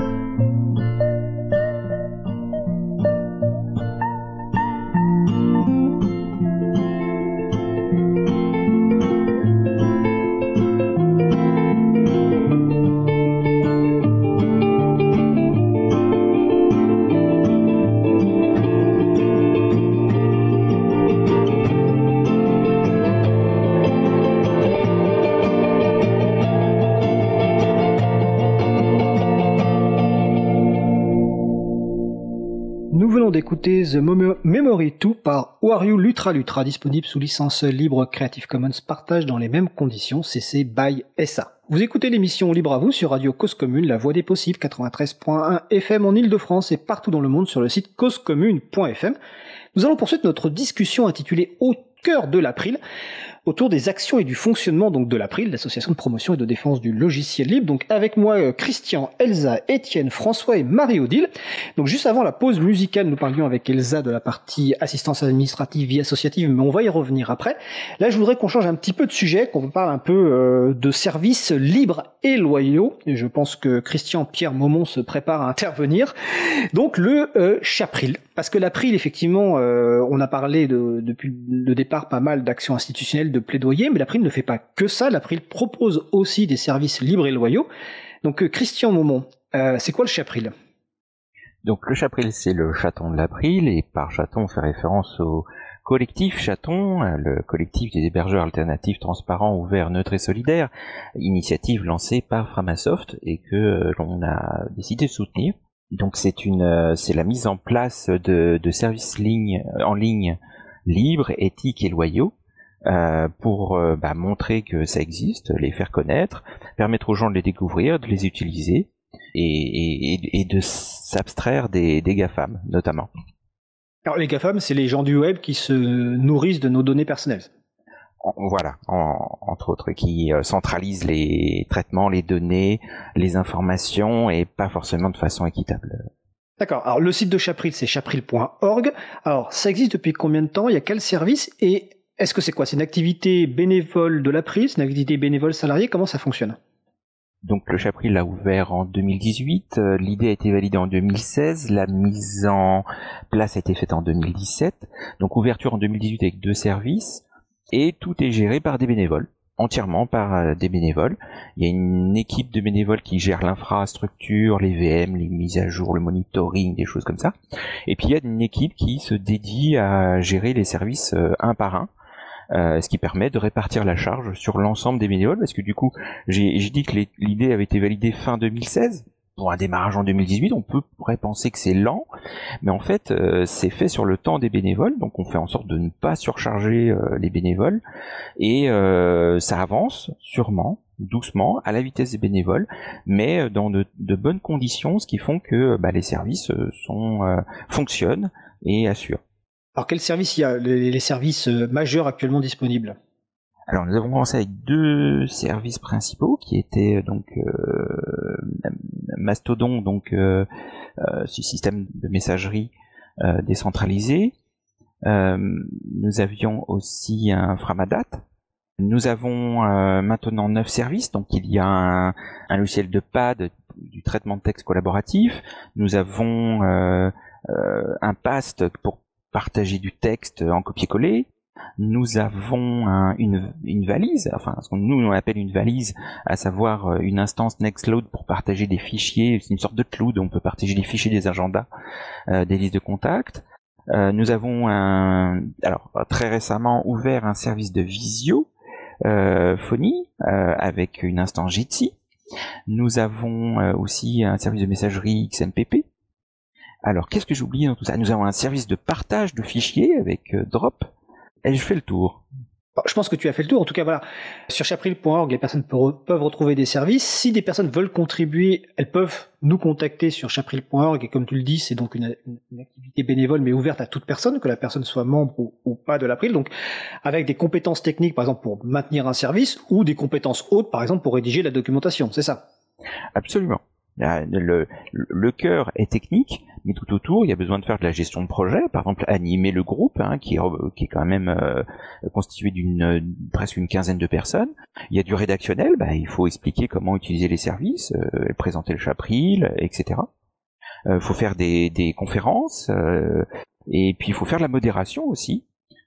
D'écouter The Memory deux par Wario Lutra Lutra, disponible sous licence libre Creative Commons, partage dans les mêmes conditions, C C by S A. Vous écoutez l'émission Libre à vous sur Radio Cause Commune, la voix des possibles, quatre-vingt-treize point un F M en Ile-de-France et partout dans le monde sur le site cause commune point f m. Nous allons poursuivre notre discussion intitulée Au cœur de l'April, autour des actions et du fonctionnement donc de l'April, l'association de promotion et de défense du logiciel libre. Donc avec moi Christian, Elsa, Étienne, François et Marie-Odile. Donc juste avant la pause musicale, nous parlions avec Elsa de la partie assistance administrative, vie associative, mais on va y revenir après. Là, je voudrais qu'on change un petit peu de sujet, qu'on parle un peu euh, de services libres et loyaux. Et je pense que Christian Pierre Maumont se prépare à intervenir. Donc le euh, Chapril. Parce que l'April, effectivement, euh, on a parlé de, depuis le départ pas mal d'actions institutionnelles, de plaidoyer, mais l'April ne fait pas que ça. L'April propose aussi des services libres et loyaux. Donc euh, Christian Maumont, euh, c'est quoi le Chapril ? Donc le Chapril, c'est le chaton de l'April, et par chaton, on fait référence au collectif Chaton, le collectif des hébergeurs alternatifs transparents, ouverts, neutres et solidaires, initiative lancée par Framasoft et que euh, l'on a décidé de soutenir. Donc c'est une, euh, c'est la mise en place de, de services ligne, en ligne libres, éthiques et loyaux euh, pour euh, bah, montrer que ça existe, les faire connaître, permettre aux gens de les découvrir, de les utiliser et, et, et de s'abstraire des, des GAFAM notamment. Alors les GAFAM, c'est les gens du web qui se nourrissent de nos données personnelles. Voilà, en, entre autres, qui euh, centralisent les traitements, les données, les informations, et pas forcément de façon équitable. D'accord, alors le site de Chapril, c'est chapril point org. Alors ça existe depuis combien de temps ? Il y a quel service ? Et est-ce que c'est quoi ? C'est une activité bénévole de l'April ? C'est une activité bénévole salariée ? Comment ça fonctionne ? Donc le Chapril l'a ouvert en deux mille dix-huit, euh, l'idée a été validée en deux mille seize, la mise en place a été faite en deux mille dix-sept, donc ouverture en deux mille dix-huit avec deux services, et tout est géré par des bénévoles, entièrement par euh, des bénévoles. Il y a une équipe de bénévoles qui gère l'infrastructure, les V M, les mises à jour, le monitoring, des choses comme ça, et puis il y a une équipe qui se dédie à gérer les services euh, un par un, Euh, ce qui permet de répartir la charge sur l'ensemble des bénévoles, parce que du coup, j'ai, j'ai dit que les, l'idée avait été validée fin deux mille seize, pour un démarrage en deux mille dix-huit, on peut, pourrait penser que c'est lent, mais en fait, euh, c'est fait sur le temps des bénévoles, donc on fait en sorte de ne pas surcharger euh, les bénévoles, et euh, ça avance, sûrement, doucement, à la vitesse des bénévoles, mais dans de, de bonnes conditions, ce qui font que bah, les services sont, euh, fonctionnent et assurent. Alors quels services il y a, les, les services majeurs actuellement disponibles ? Alors nous avons commencé avec deux services principaux qui étaient donc euh, Mastodon, donc euh, euh, ce système de messagerie euh, décentralisé. Euh, nous avions aussi un Framadat. Nous avons euh, maintenant neuf services, donc il y a un, un logiciel de P A D, du traitement de texte collaboratif. Nous avons euh, euh, un P A S T pour partager du texte en copier-coller. Nous avons un, une, une valise, enfin ce qu'on nous on appelle une valise, à savoir une instance Nextcloud pour partager des fichiers, c'est une sorte de cloud, on peut partager des fichiers, des agendas, euh, des listes de contacts. Euh, nous avons un, alors très récemment ouvert un service de visio, euh, phonie, euh, avec une instance Jitsi. Nous avons euh, aussi un service de messagerie X M P P. Alors, qu'est-ce que j'ai oublié dans tout ça ? Nous avons un service de partage de fichiers avec euh, Drop. Et je fais le tour. Je pense que tu as fait le tour. En tout cas, voilà. Sur chapril point org, les personnes peuvent retrouver des services. Si des personnes veulent contribuer, elles peuvent nous contacter sur chapril point org. Et comme tu le dis, c'est donc une, une activité bénévole, mais ouverte à toute personne, que la personne soit membre ou, ou pas de l'April. Donc, avec des compétences techniques, par exemple, pour maintenir un service, ou des compétences hautes, par exemple, pour rédiger la documentation. C'est ça ? Absolument. La, le, le cœur est technique, mais tout autour, il y a besoin de faire de la gestion de projet, par exemple animer le groupe, hein, qui, est, qui est quand même euh, constitué d'une presque une quinzaine de personnes. Il y a du rédactionnel, bah, il faut expliquer comment utiliser les services, euh, présenter le chapril, et cetera. Il euh, faut faire des, des conférences, euh, et puis il faut faire de la modération aussi.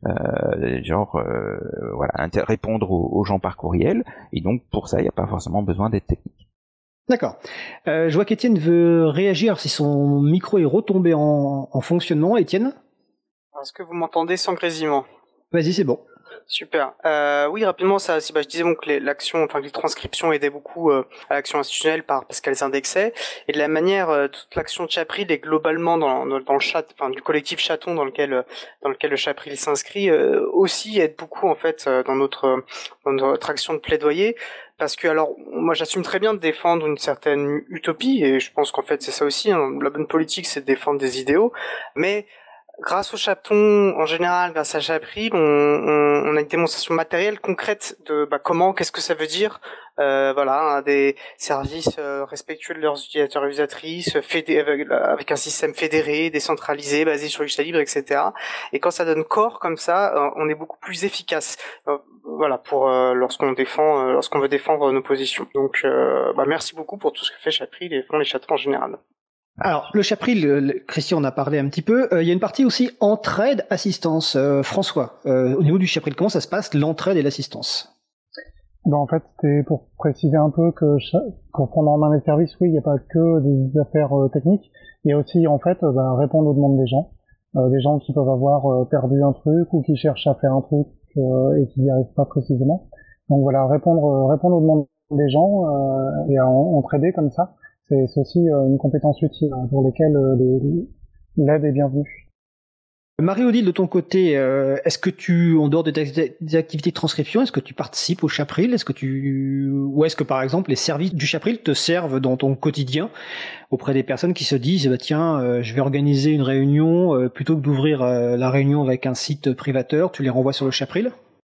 Euh, genre euh, voilà, inter- répondre aux, aux gens par courriel, et donc pour ça il n'y a pas forcément besoin d'être technique. D'accord. Euh, je vois qu'Étienne veut réagir si son micro est retombé en, en fonctionnement. Étienne ? Est-ce que vous m'entendez sans grésillement ? Vas-y, c'est bon. Super. Euh, oui, rapidement, ça, bah, je disais bon que les, l'action, enfin que les transcriptions aidaient beaucoup euh, à l'action institutionnelle par parce qu'elles indexaient, et de la manière, euh, toute l'action de Chapril est globalement dans, dans, dans le chat, enfin du collectif Chaton dans lequel dans lequel le Chapril s'inscrit, euh, aussi aide beaucoup en fait euh, dans notre dans notre action de plaidoyer. Parce que alors moi j'assume très bien de défendre une certaine utopie, et je pense qu'en fait c'est ça aussi, hein, la bonne politique c'est de défendre des idéaux, mais grâce au Chaton, en général, grâce à Chapril, on, on, on a une démonstration matérielle, concrète de bah, comment, qu'est-ce que ça veut dire, euh, voilà, hein, des services euh, respectueux de leurs utilisateurs et utilisatrices, fédé- avec, avec un système fédéré, décentralisé, basé sur logiciel libre, et cetera. Et quand ça donne corps comme ça, euh, on est beaucoup plus efficace. Euh, voilà, pour euh, lorsqu'on défend, euh, lorsqu'on veut défendre nos positions. Donc, euh, bah, merci beaucoup pour tout ce que fait Chapril et les Chatons en général. Alors, le Chapril, le, Christian en a parlé un petit peu, euh, il y a une partie aussi entraide, assistance. Euh, François, euh, au niveau du Chapril, comment ça se passe, l'entraide et l'assistance ? Ben, en fait, c'était pour préciser un peu que pour prendre en main les services, oui, il n'y a pas que des affaires euh, techniques, il y a aussi, en fait, euh, ben, répondre aux demandes des gens, euh, des gens qui peuvent avoir euh, perdu un truc ou qui cherchent à faire un truc euh, et qui n'y arrivent pas précisément. Donc voilà, répondre, euh, répondre aux demandes des gens euh, et en, entraider comme ça. C'est, c'est aussi euh, une compétence utile hein, pour lesquelles euh, les, l'aide est bienvenue. Marie-Odile, de ton côté, euh, est-ce que tu, en dehors des, des activités de transcription, est-ce que tu participes au Chapril ? Est-ce que tu, ou est-ce que par exemple les services du Chapril te servent dans ton quotidien auprès des personnes qui se disent bah, tiens, euh, je vais organiser une réunion euh, plutôt que d'ouvrir euh, la réunion avec un site privateur, tu les renvoies sur le Chapril ?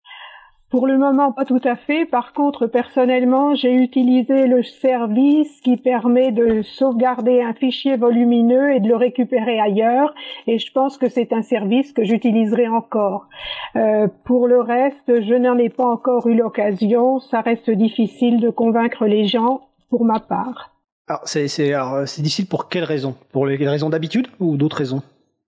Pour le moment, pas tout à fait. Par contre, personnellement, j'ai utilisé le service qui permet de sauvegarder un fichier volumineux et de le récupérer ailleurs. Et je pense que c'est un service que j'utiliserai encore. Euh, pour le reste, je n'en ai pas encore eu l'occasion. Ça reste difficile de convaincre les gens, pour ma part. Alors, c'est, c'est, alors, c'est difficile pour quelles raisons ? Pour les raisons d'habitude ou d'autres raisons ?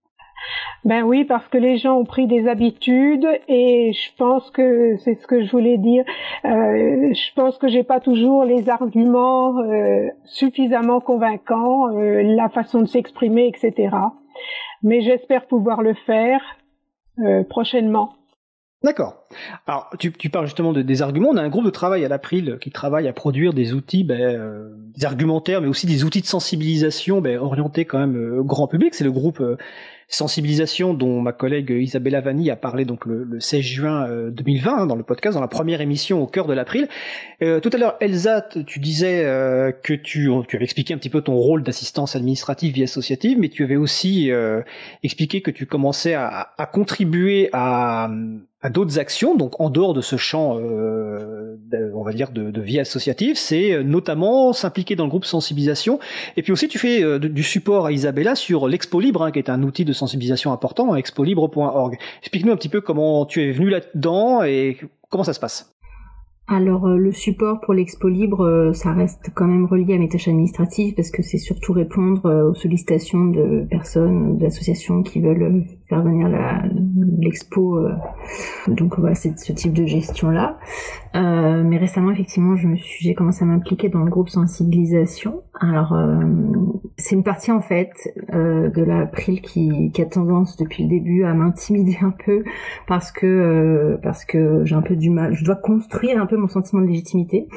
Ben oui, parce que les gens ont pris des habitudes et je pense que c'est ce que je voulais dire. Euh, je pense que j'ai pas toujours les arguments euh, suffisamment convaincants, euh, la façon de s'exprimer, et cetera. Mais j'espère pouvoir le faire euh, prochainement. D'accord. Alors, tu, tu parles justement de, des arguments. On a un groupe de travail à l'April qui travaille à produire des outils, ben, euh, des argumentaires, mais aussi des outils de sensibilisation ben, orientés quand même euh, au grand public. C'est le groupe euh, sensibilisation dont ma collègue Isabella Vanni a parlé donc le, le seize juin euh, deux mille vingt hein, dans le podcast, dans la première émission au cœur de l'April. Euh, tout à l'heure, Elsa, tu disais euh, que tu, tu avais expliqué un petit peu ton rôle d'assistance administrative vie associative, mais tu avais aussi euh, expliqué que tu commençais à, à contribuer à à d'autres actions, donc en dehors de ce champ, euh, de, on va dire, de, de vie associative, c'est notamment s'impliquer dans le groupe sensibilisation, et puis aussi tu fais euh, du support à Isabella sur l'Expo Libre, hein, qui est un outil de sensibilisation important, expo libre point org. Explique-nous un petit peu comment tu es venu là-dedans et comment ça se passe. Alors euh, le support pour l'Expo Libre, euh, ça reste quand même relié à mes tâches administratives parce que c'est surtout répondre euh, aux sollicitations de personnes, d'associations qui veulent euh, faire venir la, l'expo. Euh, donc voilà, c'est ce type de gestion-là. Euh, mais récemment, effectivement, je me suis, j'ai commencé à m'impliquer dans le groupe sensibilisation. Alors euh, c'est une partie en fait euh, de l'April qui, qui a tendance depuis le début à m'intimider un peu parce que euh, parce que j'ai un peu du mal. Je dois construire un peu mon sentiment de légitimité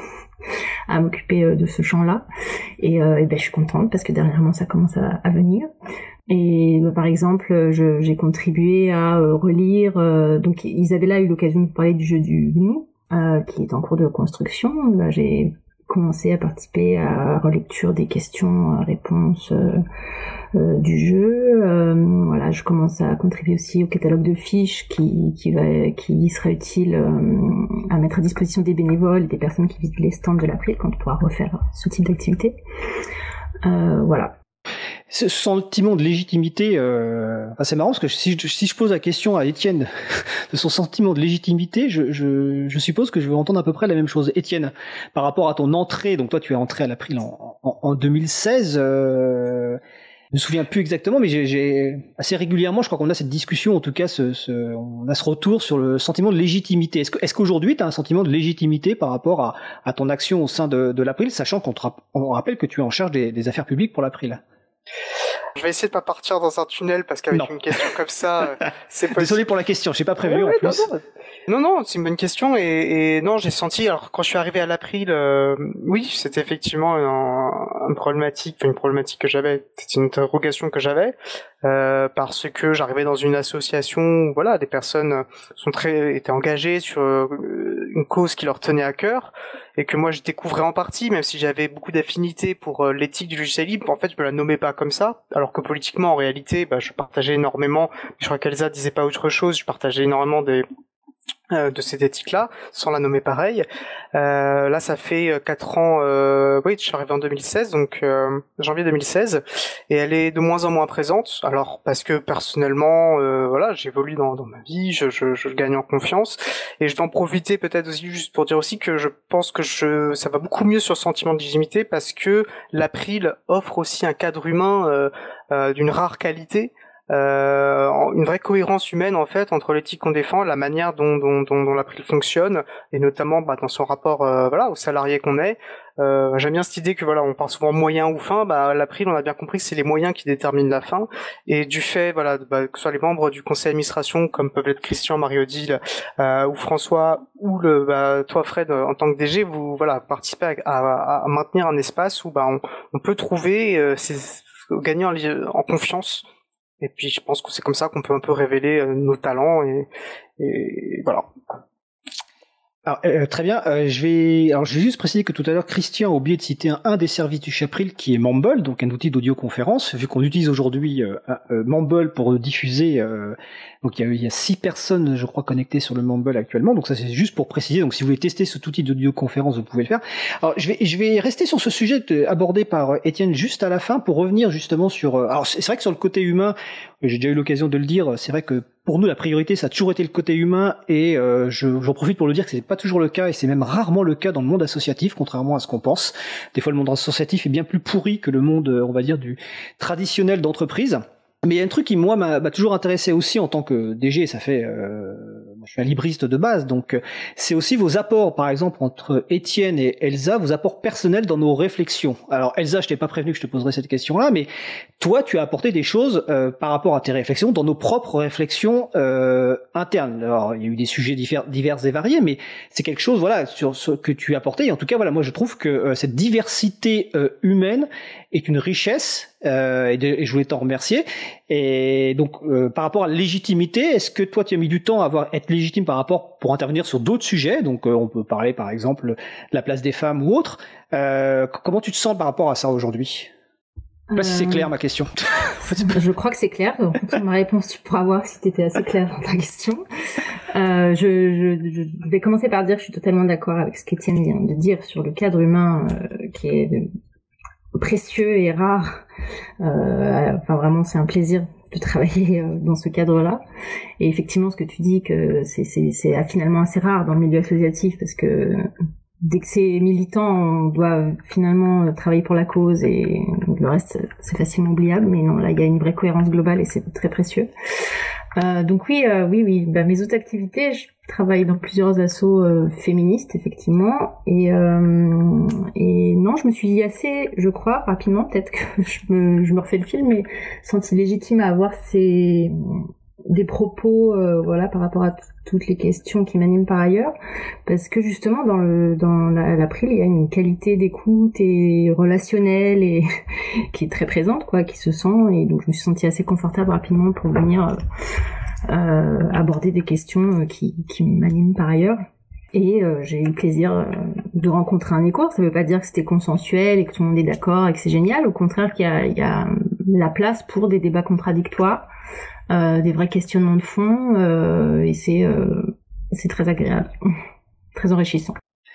à m'occuper euh, de ce champ-là et, euh, et ben je suis contente parce que dernièrement ça commence à, à venir et bah, par exemple je, j'ai contribué à euh, relire euh, donc Isabella a eu l'occasion de parler du jeu du Gnou euh, qui est en cours de construction. Bah, j'ai commencé à participer à la relecture des questions, réponses euh, euh, du jeu. Euh, voilà, je commence à contribuer aussi au catalogue de fiches qui qui va qui sera utile euh, à mettre à disposition des bénévoles et des personnes qui visitent les stands de l'April quand on pourra refaire ce type d'activité. Euh, voilà. Ce sentiment de légitimité, euh... enfin, c'est marrant parce que si je, si je pose la question à Étienne de son sentiment de légitimité, je, je, je suppose que je vais entendre à peu près la même chose. Étienne, par rapport à ton entrée, donc toi tu es entré à l'April en, en, en deux mille seize, euh... je me souviens plus exactement, mais j'ai, j'ai assez régulièrement, je crois qu'on a cette discussion, en tout cas, ce, ce, on a ce retour sur le sentiment de légitimité. Est-ce, que, est-ce qu'aujourd'hui tu as un sentiment de légitimité par rapport à, à ton action au sein de, de l'April, sachant qu'on te rapp- on rappelle que tu es en charge des, des affaires publiques pour l'April? Je vais essayer de pas partir dans un tunnel parce qu'avec non. une question comme ça, c'est possible. Désolé pour la question, j'ai pas prévu ouais, en ouais, plus. Non, non, non, non c'est une bonne question et, et non, j'ai senti. Alors quand je suis arrivé à l'April, euh, oui, c'était effectivement un, une problématique, une problématique que j'avais. C'était une interrogation que j'avais euh, parce que j'arrivais dans une association où voilà, des personnes sont très étaient engagées sur une cause qui leur tenait à cœur. Et que moi je découvrais en partie, même si j'avais beaucoup d'affinités pour euh, l'éthique du logiciel libre, en fait je me la nommais pas comme ça, alors que politiquement en réalité bah, je partageais énormément, je crois qu'Elsa disait pas autre chose, je partageais énormément des euh, de cette éthique-là, sans la nommer pareil. Euh, là ça fait quatre ans, euh, oui je suis arrivé en deux mille seize, donc euh, janvier deux mille seize, et elle est de moins en moins présente, alors parce que personnellement, euh, voilà, j'évolue dans, dans ma vie, je, je, je gagne en confiance, et je vais en profiter peut-être aussi juste pour dire aussi que je pense que je, ça va beaucoup mieux sur le sentiment de légitimité, parce que l'April offre aussi un cadre humain euh, euh, d'une rare qualité, Euh, une vraie cohérence humaine en fait entre l'éthique qu'on défend, la manière dont, dont, dont, dont l'April fonctionne, et notamment bah, dans son rapport euh, voilà aux salariés qu'on est. Euh, j'aime bien cette idée que voilà on parle souvent moyen ou fin. Bah l'April on a bien compris que c'est les moyens qui déterminent la fin, et du fait voilà bah, que ce soit les membres du conseil d'administration comme peuvent être Christian, Marie-Odile euh, ou François ou le bah, toi Fred en tant que D G, vous voilà participez à, à, à maintenir un espace où bah on, on peut trouver euh, ces, gagner en, en confiance. Et puis je pense que c'est comme ça qu'on peut un peu révéler euh, nos talents et, et voilà. Alors, euh, très bien. Euh, je vais, alors je vais juste préciser que tout à l'heure Christian a oublié de citer un, un des services du Chapril qui est Mumble, donc un outil d'audioconférence. Vu qu'on utilise aujourd'hui euh, euh, Mumble pour diffuser, euh, donc il y, a, il y a six personnes, je crois, connectées sur le Mumble actuellement. Donc ça c'est juste pour préciser. Donc si vous voulez tester cet outil d'audioconférence, vous pouvez le faire. Alors je vais, je vais rester sur ce sujet abordé par Étienne juste à la fin pour revenir justement sur. Euh, alors c'est vrai que sur le côté humain, j'ai déjà eu l'occasion de le dire. C'est vrai que pour nous, la priorité, ça a toujours été le côté humain, et euh, je, j'en profite pour le dire que c'est pas toujours le cas, et c'est même rarement le cas dans le monde associatif, contrairement à ce qu'on pense. Des fois, le monde associatif est bien plus pourri que le monde, on va dire, du traditionnel d'entreprise. Mais il y a un truc qui, moi, m'a, m'a toujours intéressé aussi en tant que D G, ça fait... Euh, moi, je suis un libriste de base, donc c'est aussi vos apports, par exemple, entre Étienne et Elsa, vos apports personnels dans nos réflexions. Alors, Elsa, je t'ai pas prévenu que je te poserais cette question-là, mais toi, tu as apporté des choses euh, par rapport à tes réflexions, dans nos propres réflexions euh, internes. Alors, il y a eu des sujets divers, divers et variés, mais c'est quelque chose, voilà, sur ce que tu as apporté. Et en tout cas, voilà, moi, je trouve que euh, cette diversité euh, humaine est une richesse, euh, et, de, et je voulais t'en remercier. Et donc, euh, par rapport à la légitimité, est-ce que toi, tu as mis du temps à avoir, être légitime par rapport, pour intervenir sur d'autres sujets? Donc, euh, on peut parler, par exemple, de la place des femmes ou autre. Euh, comment tu te sens par rapport à ça aujourd'hui? Je sais pas euh... si c'est clair, ma question. Je crois que c'est clair. En fonction de ma réponse, tu pourras voir si tu étais assez clair dans ta question. Euh, je, je, je vais commencer par dire que je suis totalement d'accord avec ce qu'Étienne vient de dire sur le cadre humain euh, qui est précieux et rare. Euh, enfin, vraiment, c'est un plaisir de travailler dans ce cadre-là. Et effectivement, ce que tu dis, que c'est, c'est, c'est finalement assez rare dans le milieu associatif, parce que dès que c'est militant, on doit finalement travailler pour la cause, et le reste, c'est facilement oubliable. Mais non, là, il y a une vraie cohérence globale, et c'est très précieux. Euh, donc oui, euh, oui, oui. Ben, mes autres activités, je travaille dans plusieurs assos euh, féministes, effectivement, et euh, et non, je me suis assez, je crois, rapidement, peut-être que je me je me refais le film, mais senti légitime à avoir ces des propos, euh, voilà, par rapport à t- toutes les questions qui m'animent par ailleurs, parce que justement dans le dans la, l'April, il y a une qualité d'écoute et relationnelle et qui est très présente, quoi, qui se sent, et donc je me suis sentie assez confortable rapidement pour venir euh, euh, aborder des questions qui qui m'animent par ailleurs. Et euh, j'ai eu le plaisir euh, de rencontrer un écho. Ça veut pas dire que c'était consensuel et que tout le monde est d'accord et que c'est génial. Au contraire, qu'il y a, il y a la place pour des débats contradictoires, euh, des vrais questionnements de fond, euh, et c'est, euh, c'est très agréable, très enrichissant.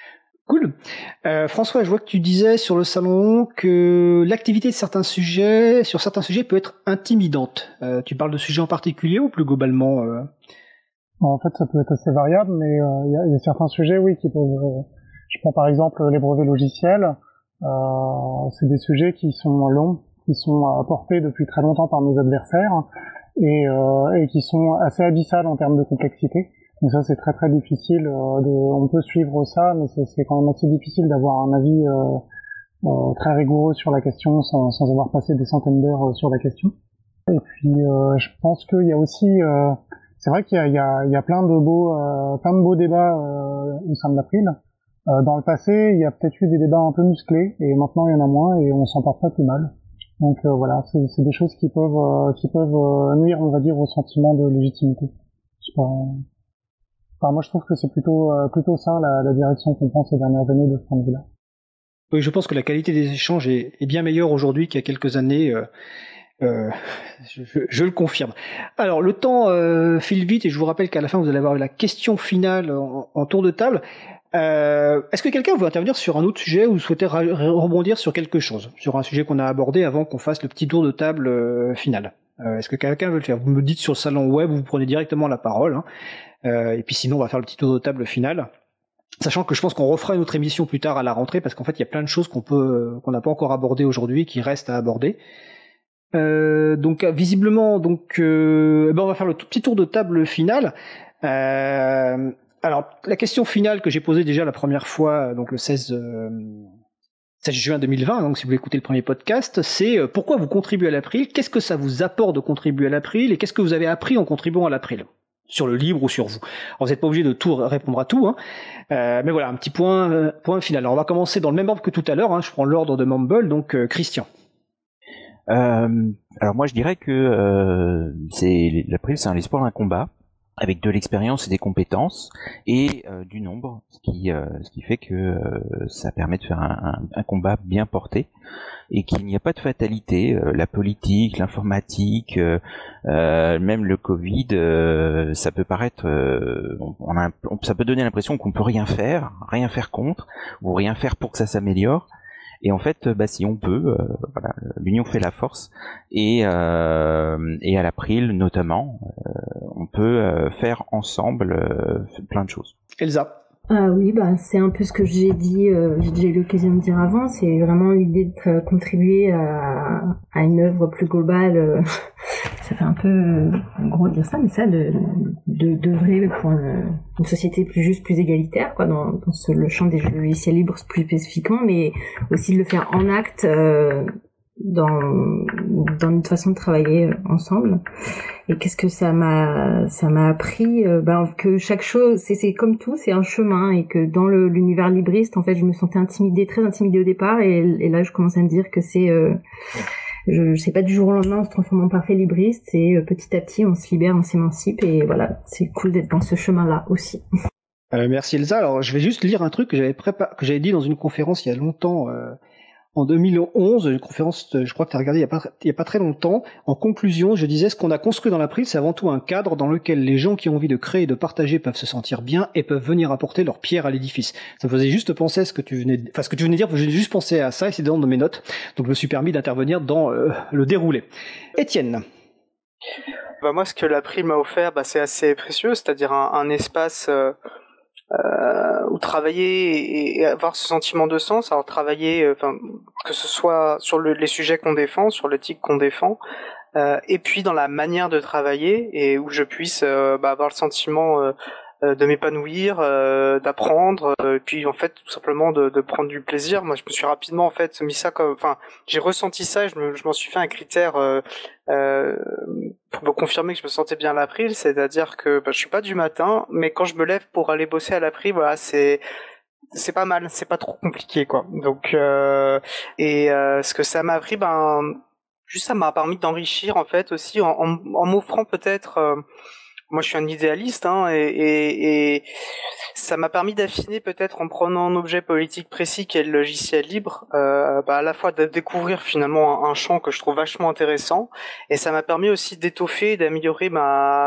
Cool. Euh, François, je vois que tu disais sur le salon que l'activité de certains sujets, sur certains sujets, peut être intimidante. Euh, tu parles de sujets en particulier ou plus globalement euh... En fait, ça peut être assez variable, mais il euh, y, a, y a certains sujets, oui, qui peuvent. Euh, je prends par exemple les brevets logiciels. Euh, c'est des sujets qui sont longs, qui sont apportés depuis très longtemps par nos adversaires et, euh, et qui sont assez abyssales en termes de complexité. Donc ça, c'est très très difficile. Euh, de, on peut suivre ça, mais c'est, c'est quand même assez difficile d'avoir un avis euh, euh, très rigoureux sur la question sans, sans avoir passé des centaines d'heures sur la question. Et puis, euh, je pense qu'il y a aussi, euh, c'est vrai qu'il y a, il y a, il y a plein de beaux, euh, plein de beaux débats euh, au sein de l'April. Euh, dans le passé, il y a peut-être eu des débats un peu musclés, et maintenant il y en a moins, et on s'en porte pas plus mal. Donc euh, voilà, c'est, c'est des choses qui peuvent, euh, qui peuvent euh, nuire, on va dire, au sentiment de légitimité. Je sais pas. Enfin, moi, je trouve que c'est plutôt, euh, plutôt ça la, la direction qu'on prend ces dernières années de ce point de vue-là. Oui, je pense que la qualité des échanges est, est bien meilleure aujourd'hui qu'il y a quelques années. Euh, euh, je, je, je le confirme. Alors, le temps euh, file vite et je vous rappelle qu'à la fin, vous allez avoir la question finale en, en tour de table. Euh, est-ce que quelqu'un veut intervenir sur un autre sujet ou souhaiter ra- rebondir sur quelque chose, sur un sujet qu'on a abordé avant qu'on fasse le petit tour de table euh, final? Euh, est-ce que quelqu'un veut le faire? Vous me dites sur le salon web, vous prenez directement la parole. Hein. Euh, et puis sinon, on va faire le petit tour de table final. Sachant que je pense qu'on refera une autre émission plus tard à la rentrée, parce qu'en fait, il y a plein de choses qu'on peut, qu'on n'a pas encore abordées aujourd'hui, qui restent à aborder. Euh, donc, visiblement, donc, euh, ben on va faire le tout petit tour de table final. Euh, alors, la question finale que j'ai posée déjà la première fois, donc le seize juin deux mille vingt, donc si vous voulez écouter le premier podcast, c'est euh, pourquoi vous contribuez à l'April, qu'est-ce que ça vous apporte de contribuer à l'April, et qu'est-ce que vous avez appris en contribuant à l'April, sur le livre ou sur vous. Alors, vous n'êtes pas obligé de tout répondre à tout, hein. Euh, mais voilà, un petit point, euh, point final. Alors, on va commencer dans le même ordre que tout à l'heure, hein. Je prends l'ordre de Mumble, donc euh, Christian. Euh, alors moi je dirais que euh, c'est l'April, c'est un sport d'un combat avec de l'expérience et des compétences et euh, du nombre, ce qui euh, ce qui fait que euh, ça permet de faire un, un, un combat bien porté et qu'il n'y a pas de fatalité. Euh, la politique, l'informatique, euh, euh, même le Covid, euh, ça peut paraître, euh, on a, on, ça peut donner l'impression qu'on peut rien faire, rien faire contre ou rien faire pour que ça s'améliore. Et en fait, bah si on peut, euh, voilà, l'union fait la force. Et euh, et à l'April notamment, euh, on peut euh, faire ensemble euh, plein de choses. Elsa. Ah oui, bah c'est un peu ce que j'ai dit, euh, j'ai déjà eu l'occasion de dire avant. C'est vraiment l'idée de euh, contribuer à, à une œuvre plus globale. Euh, ça fait un peu euh, gros de dire ça, mais ça, de de d'œuvrer pour une, une société plus juste, plus égalitaire, quoi, dans, dans ce, le champ des logiciels libres plus spécifiquement, mais aussi de le faire en acte. Euh, dans dans notre façon de travailler ensemble. Et qu'est-ce que ça m'a ça m'a appris, euh, ben que chaque chose c'est c'est comme tout, c'est un chemin, et que dans le l'univers libriste en fait je me sentais intimidée, très intimidée au départ, et, et là je commence à me dire que c'est euh, je, je sais pas du jour au lendemain on se transforme en parfait libriste, c'est euh, petit à petit on se libère, on s'émancipe, et voilà, c'est cool d'être dans ce chemin-là aussi. Euh, merci Elsa. Alors je vais juste lire un truc que j'avais prépa- que j'avais dit dans une conférence il y a longtemps. Euh... En deux mille onze, une conférence, je crois que tu as regardé il y a pas, il y a pas très longtemps. En conclusion, je disais, ce qu'on a construit dans l'April, c'est avant tout un cadre dans lequel les gens qui ont envie de créer et de partager peuvent se sentir bien et peuvent venir apporter leur pierre à l'édifice. Ça me faisait juste penser à ce que tu venais, enfin ce que tu venais de dire, j'ai juste pensé à ça et c'est dans mes notes. Donc je me suis permis d'intervenir dans euh, le déroulé. Étienne. Bah moi, ce que l'April m'a offert, bah, c'est assez précieux, c'est-à-dire un, un espace euh, euh, où travailler et, et avoir ce sentiment de sens. Alors travailler, enfin euh, que ce soit sur le, les sujets qu'on défend, sur l'éthique qu'on défend, euh, et puis dans la manière de travailler, et où je puisse euh, bah, avoir le sentiment euh, de m'épanouir, euh, d'apprendre, euh, et puis en fait tout simplement de, de prendre du plaisir. Moi, je me suis rapidement en fait mis ça comme, enfin, j'ai ressenti ça, et je, me, je m'en suis fait un critère euh, euh, pour me confirmer que je me sentais bien à l'April, c'est-à-dire que bah, je suis pas du matin, mais quand je me lève pour aller bosser à l'April, voilà, c'est c'est pas mal, c'est pas trop compliqué, quoi. Donc euh, et euh, ce que ça m'a appris, ben juste ça m'a permis d'enrichir en fait aussi en, en, en m'offrant peut-être. Euh, Moi, je suis un idéaliste, hein, et, et, et ça m'a permis d'affiner peut-être en prenant un objet politique précis qui est le logiciel libre, euh, bah, à la fois de découvrir finalement un, un champ que je trouve vachement intéressant, et ça m'a permis aussi d'étoffer et d'améliorer ma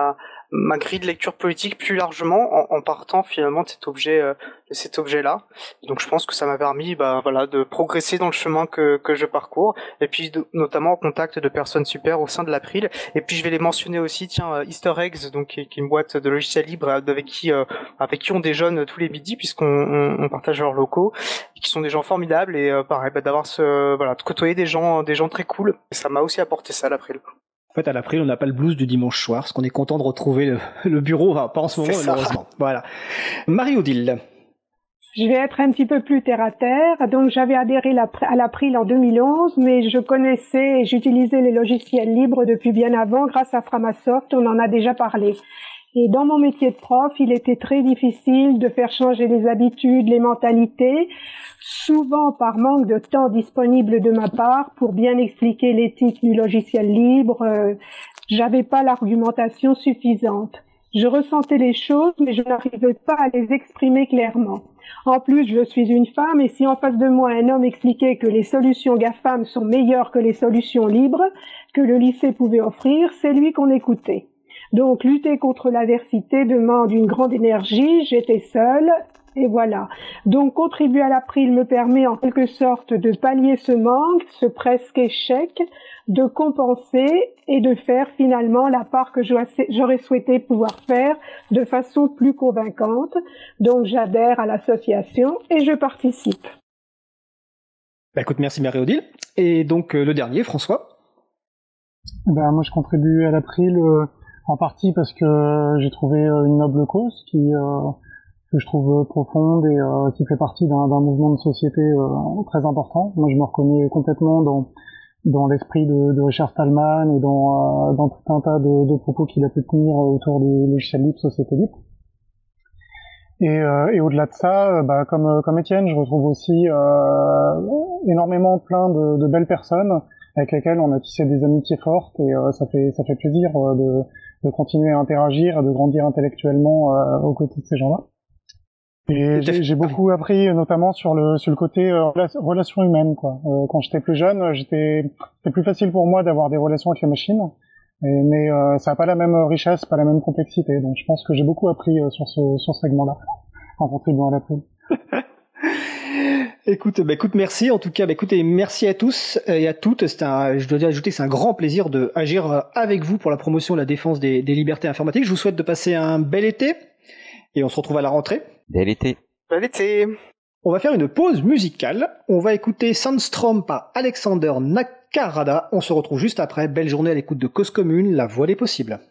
ma grille de lecture politique plus largement en, en partant finalement de cet objet, euh, de cet objet-là. Donc je pense que ça m'a permis, bah voilà, de progresser dans le chemin que que je parcours, et puis de, notamment en contact de personnes super au sein de l'April. Et puis je vais les mentionner aussi, tiens, euh, Easter Eggs, donc qui, qui est une boîte de logiciels libres avec qui euh, avec qui on déjeune tous les midis puisqu'on on, on partage leurs locaux, qui sont des gens formidables et euh, pareil, bah, d'avoir ce voilà, de côtoyer des gens, des gens très cool. Et ça m'a aussi apporté ça à l'April. En fait, à l'April, on n'a pas le blues du dimanche soir, parce qu'on est content de retrouver le, le bureau, enfin, pas en ce moment, malheureusement. Voilà. Marie-Odile. Je vais être un petit peu plus terre à terre. Donc, j'avais adhéré à l'April en deux mille onze, mais je connaissais et j'utilisais les logiciels libres depuis bien avant grâce à Framasoft. On en a déjà parlé. Et dans mon métier de prof, il était très difficile de faire changer les habitudes, les mentalités, souvent par manque de temps disponible de ma part pour bien expliquer l'éthique du logiciel libre. Euh, j'avais pas l'argumentation suffisante. Je ressentais les choses, mais je n'arrivais pas à les exprimer clairement. En plus, je suis une femme, et si en face de moi un homme expliquait que les solutions GAFAM sont meilleures que les solutions libres que le lycée pouvait offrir, c'est lui qu'on écoutait. Donc, lutter contre l'adversité demande une grande énergie. J'étais seule, et voilà. Donc, contribuer à l'April me permet en quelque sorte de pallier ce manque, ce presque échec, de compenser et de faire finalement la part que j'aurais souhaité pouvoir faire de façon plus convaincante. Donc, j'adhère à l'association et je participe. Bah, écoute, merci Marie-Odile. Et donc, euh, le dernier, François. Ben, moi, je contribue à l'April euh... en partie parce que j'ai trouvé une noble cause qui euh, que je trouve profonde et euh, qui fait partie d'un, d'un mouvement de société euh, très important. Moi, je me reconnais complètement dans dans l'esprit de, de Richard Stallman et dans euh, dans tout un tas de, de propos qu'il a pu tenir autour du logiciel libre, société libre. Et, euh, et au-delà de ça, bah, comme comme Étienne, je retrouve aussi euh, énormément plein de, de belles personnes avec lesquelles on a tissé des amitiés fortes et euh, ça fait ça fait plaisir euh, de de continuer à interagir et de grandir intellectuellement euh, aux côtés de ces gens-là. Et j'ai, j'ai beaucoup appris, notamment sur le sur le côté euh, relations humaines, quoi. Euh, quand j'étais plus jeune, j'étais c'était plus facile pour moi d'avoir des relations avec la machine, et, mais euh, ça n'a pas la même richesse, pas la même complexité. Donc je pense que j'ai beaucoup appris euh, sur ce sur ce segment-là en contribuant à l'April. Écoute, bah écoute, merci. En tout cas, bah écoutez, merci à tous et à toutes. C'est un, je dois ajouter que c'est un grand plaisir de agir avec vous pour la promotion et la défense des, des libertés informatiques. Je vous souhaite de passer un bel été et on se retrouve à la rentrée. Bel été. Bel été. On va faire une pause musicale. On va écouter Sandstrom par Alexander Nakarada. On se retrouve juste après. Belle journée à l'écoute de Cause Commune, la voix des possibles.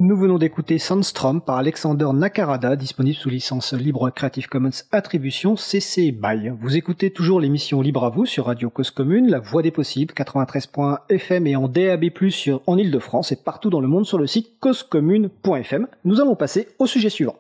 Nous venons d'écouter Sandstorm par Alexander Nakarada, disponible sous licence libre Creative Commons Attribution C C B Y. Vous écoutez toujours l'émission Libre à vous sur Radio Cause Commune, la voix des possibles, quatre-vingt-treize point F M et en D A B plus, sur, en Ile-de-France et partout dans le monde sur le site cause commune point F M. Nous allons passer au sujet suivant.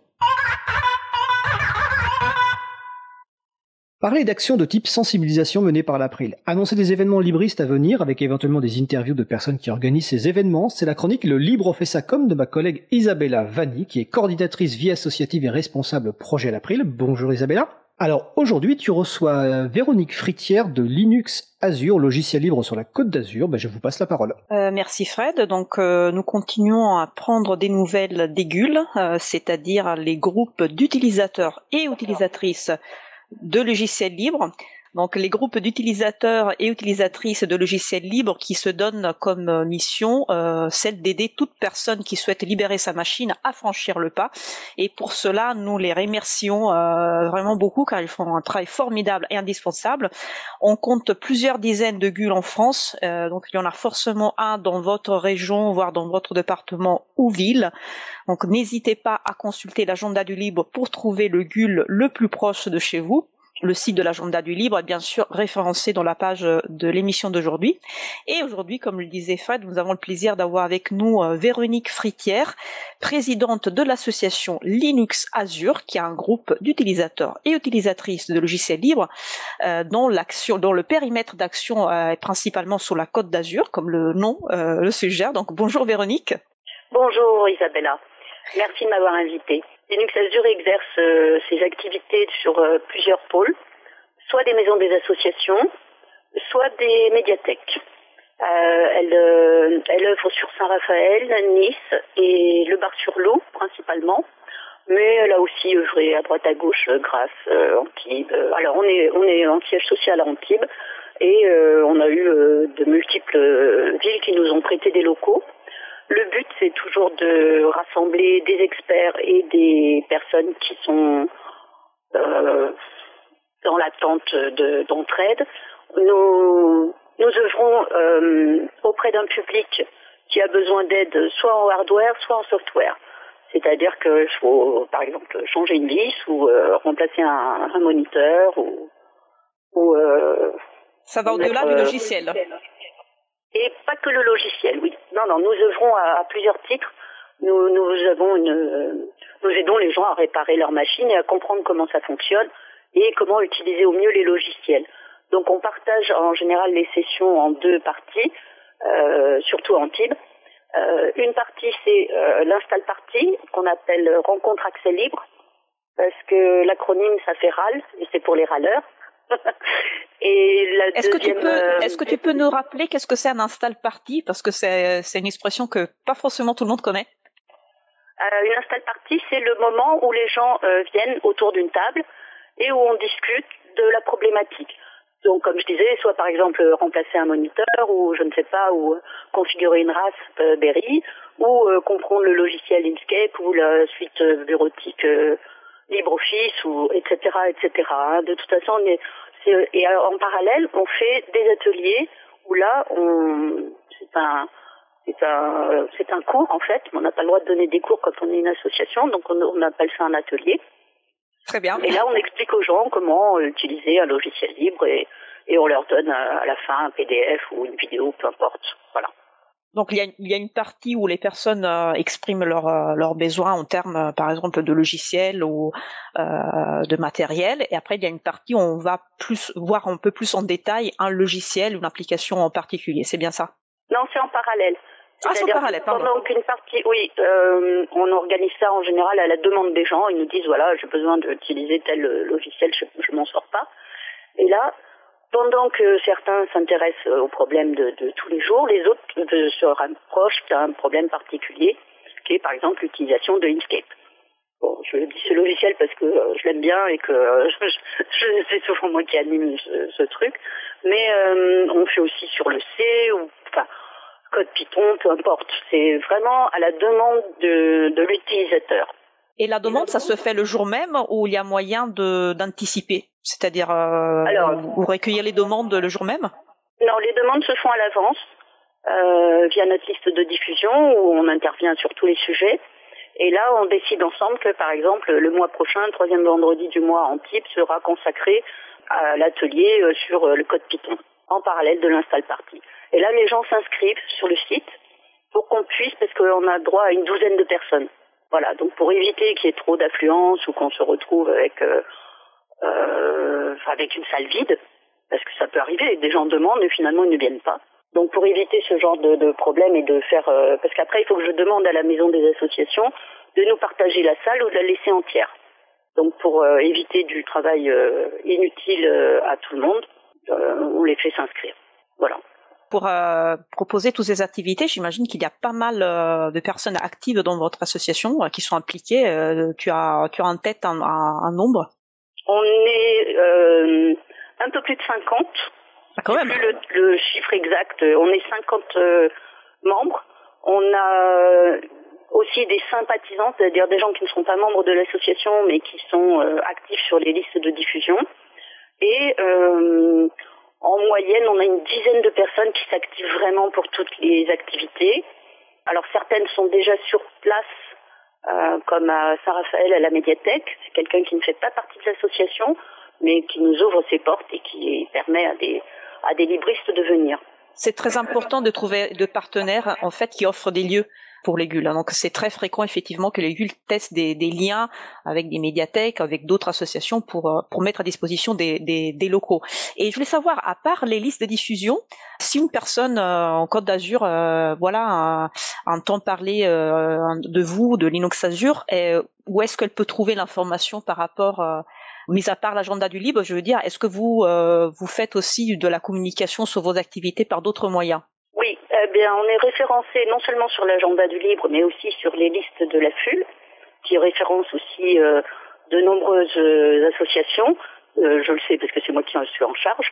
Parler d'actions de type sensibilisation menées par l'April. Annoncer des événements libristes à venir, avec éventuellement des interviews de personnes qui organisent ces événements, c'est la chronique Le Libre fait sa com de ma collègue Isabella Vanni, qui est coordinatrice vie associative et responsable projet l'April. Bonjour Isabella. Alors aujourd'hui, tu reçois Véronique Fritière de Linux Azure, logiciel libre sur la Côte d'Azur. Ben, je vous passe la parole. Euh, merci Fred. Donc euh, nous continuons à prendre des nouvelles des G U L, euh, c'est-à-dire les groupes d'utilisateurs et utilisatrices de logiciels libres. Donc les groupes d'utilisateurs et utilisatrices de logiciels libres qui se donnent comme mission euh, celle d'aider toute personne qui souhaite libérer sa machine à franchir le pas. Et pour cela, nous les remercions euh, vraiment beaucoup car ils font un travail formidable et indispensable. On compte plusieurs dizaines de G U L en France, euh, donc il y en a forcément un dans votre région, voire dans votre département ou ville. Donc n'hésitez pas à consulter l'agenda du libre pour trouver le G U L le plus proche de chez vous. Le site de l'agenda du libre est bien sûr référencé dans la page de l'émission d'aujourd'hui. Et aujourd'hui, comme le disait Fred, nous avons le plaisir d'avoir avec nous Véronique Fritière, présidente de l'association Linux Azure, qui est un groupe d'utilisateurs et utilisatrices de logiciels libres, euh, dont l'action, dont le périmètre d'action euh, est principalement sur la Côte d'Azur, comme le nom euh, le suggère. Donc bonjour Véronique. Bonjour Isabella. Merci de m'avoir invitée. Linux Azure exerce euh, ses activités sur euh, plusieurs pôles, soit des maisons des associations, soit des médiathèques. Euh, elle, euh, elle œuvre sur Saint-Raphaël, Nice et le Bar-sur-Loup principalement, mais elle a aussi œuvré à droite à gauche, euh, Grasse, euh, Antibes. Alors on est on est en siège social à Antibes et euh, on a eu euh, de multiples euh, villes qui nous ont prêté des locaux. Le but, c'est toujours de rassembler des experts et des personnes qui sont euh, dans l'attente de, d'entraide. Nous, nous œuvrons euh, auprès d'un public qui a besoin d'aide soit en hardware, soit en software. C'est-à-dire qu'il faut, par exemple, changer une vis ou euh, remplacer un, un moniteur ou... ou euh, Ça va au-delà mettre, du logiciel. Euh, Et pas que le logiciel, oui. Non, non, nous œuvrons à, à plusieurs titres. Nous, nous avons une, euh, nous aidons les gens à réparer leur machine et à comprendre comment ça fonctionne et comment utiliser au mieux les logiciels. Donc, on partage en général les sessions en deux parties, euh, surtout en Antibes. Euh, une partie, c'est euh, l'install party, qu'on appelle rencontre accès libre, parce que l'acronyme, ça fait R A L, et c'est pour les râleurs. Et la est-ce que deuxième, tu peux, est-ce que tu peux nous rappeler qu'est-ce que c'est un install party, parce que c'est, c'est une expression que pas forcément tout le monde connaît. Euh, une install party, c'est le moment où les gens euh, viennent autour d'une table et où on discute de la problématique. Donc, comme je disais, soit par exemple remplacer un moniteur ou je ne sais pas, ou euh, configurer une race euh, Berry, ou euh, comprendre le logiciel Inkscape ou la suite euh, bureautique euh, LibreOffice, ou et cetera, et cetera. De toute façon, on est, c'est, et en parallèle, on fait des ateliers où là, on, c'est un, c'est un, c'est un cours en fait. On n'a pas le droit de donner des cours quand on est une association, donc on, on appelle ça un atelier. Très bien. Et là, on explique aux gens comment utiliser un logiciel libre et, et on leur donne à la fin un P D F ou une vidéo, peu importe. Voilà. Donc il y a, il y a une partie où les personnes euh, expriment leurs euh, leurs besoins en termes, euh, par exemple, de logiciel ou euh, de matériel, et après il y a une partie où on va plus voir un peu plus en détail un logiciel, une application en particulier. C'est bien ça? Non, c'est en parallèle. Ah, c'est en parallèle, pardon. Pendant qu'une partie, oui, euh, on organise ça en général à la demande des gens. Ils nous disent voilà, j'ai besoin d'utiliser tel logiciel, je, je m'en sors pas. Et là, pendant que certains s'intéressent aux problèmes de, de tous les jours, les autres euh, se rapprochent d'un problème particulier, qui est par exemple l'utilisation de Inkscape. Bon, je dis ce logiciel parce que euh, je l'aime bien et que euh, je, je, c'est souvent moi qui anime ce, ce truc. Mais euh, on fait aussi sur le C ou enfin code Python, peu importe. C'est vraiment à la demande de, de l'utilisateur. Et la demande, ça se fait le jour même ou il y a moyen de d'anticiper? C'est-à-dire, euh, Alors, vous recueillez les demandes le jour même? Non, les demandes se font à l'avance. euh, via notre liste de diffusion où on intervient sur tous les sujets. Et là, on décide ensemble que, par exemple, le mois prochain, le troisième vendredi du mois en type, sera consacré à l'atelier sur le code Python, en parallèle de l'install party. Et là, les gens s'inscrivent sur le site pour qu'on puisse, parce qu'on a droit à une douzaine de personnes. Voilà, donc pour éviter qu'il y ait trop d'affluence ou qu'on se retrouve avec euh, euh, avec une salle vide, parce que ça peut arriver, des gens demandent et finalement ils ne viennent pas. Donc pour éviter ce genre de, de problème et de faire... Euh, parce qu'après, il faut que je demande à la maison des associations de nous partager la salle ou de la laisser entière. Donc pour euh, éviter du travail euh, inutile euh, à tout le monde, euh, on les fait s'inscrire. Voilà. Pour euh, proposer toutes ces activités, j'imagine qu'il y a pas mal euh, de personnes actives dans votre association euh, qui sont impliquées. Euh, tu as, tu as en tête un, un, un nombre? On est euh, un peu plus de cinquante. Ah, quand même. Plus le, le chiffre exact. On est cinquante euh, membres. On a aussi des sympathisants, c'est-à-dire des gens qui ne sont pas membres de l'association, mais qui sont euh, actifs sur les listes de diffusion. Et euh, en moyenne, on a une dizaine de personnes qui s'activent vraiment pour toutes les activités. Alors certaines sont déjà sur place, euh, comme à Saint-Raphaël à la médiathèque. C'est quelqu'un qui ne fait pas partie de l'association, mais qui nous ouvre ses portes et qui permet à des, à des libristes de venir. C'est très important de trouver de partenaires en fait qui offrent des lieux pour les G U L. Donc c'est très fréquent effectivement que les G U L testent des, des liens avec des médiathèques, avec d'autres associations pour pour mettre à disposition des, des, des locaux. Et je voulais savoir, à part les listes de diffusion, si une personne euh, en Côte d'Azur, euh, voilà, entend parler euh, de vous, de Linux Azure, et où est-ce qu'elle peut trouver l'information par rapport euh, mis à part l'agenda du libre, je veux dire, est-ce que vous euh, vous faites aussi de la communication sur vos activités par d'autres moyens? Oui, eh bien, on est référencé non seulement sur l'agenda du libre, mais aussi sur les listes de la F U L, qui référence aussi euh, de nombreuses euh, associations. Euh, je le sais parce que c'est moi qui en suis en charge.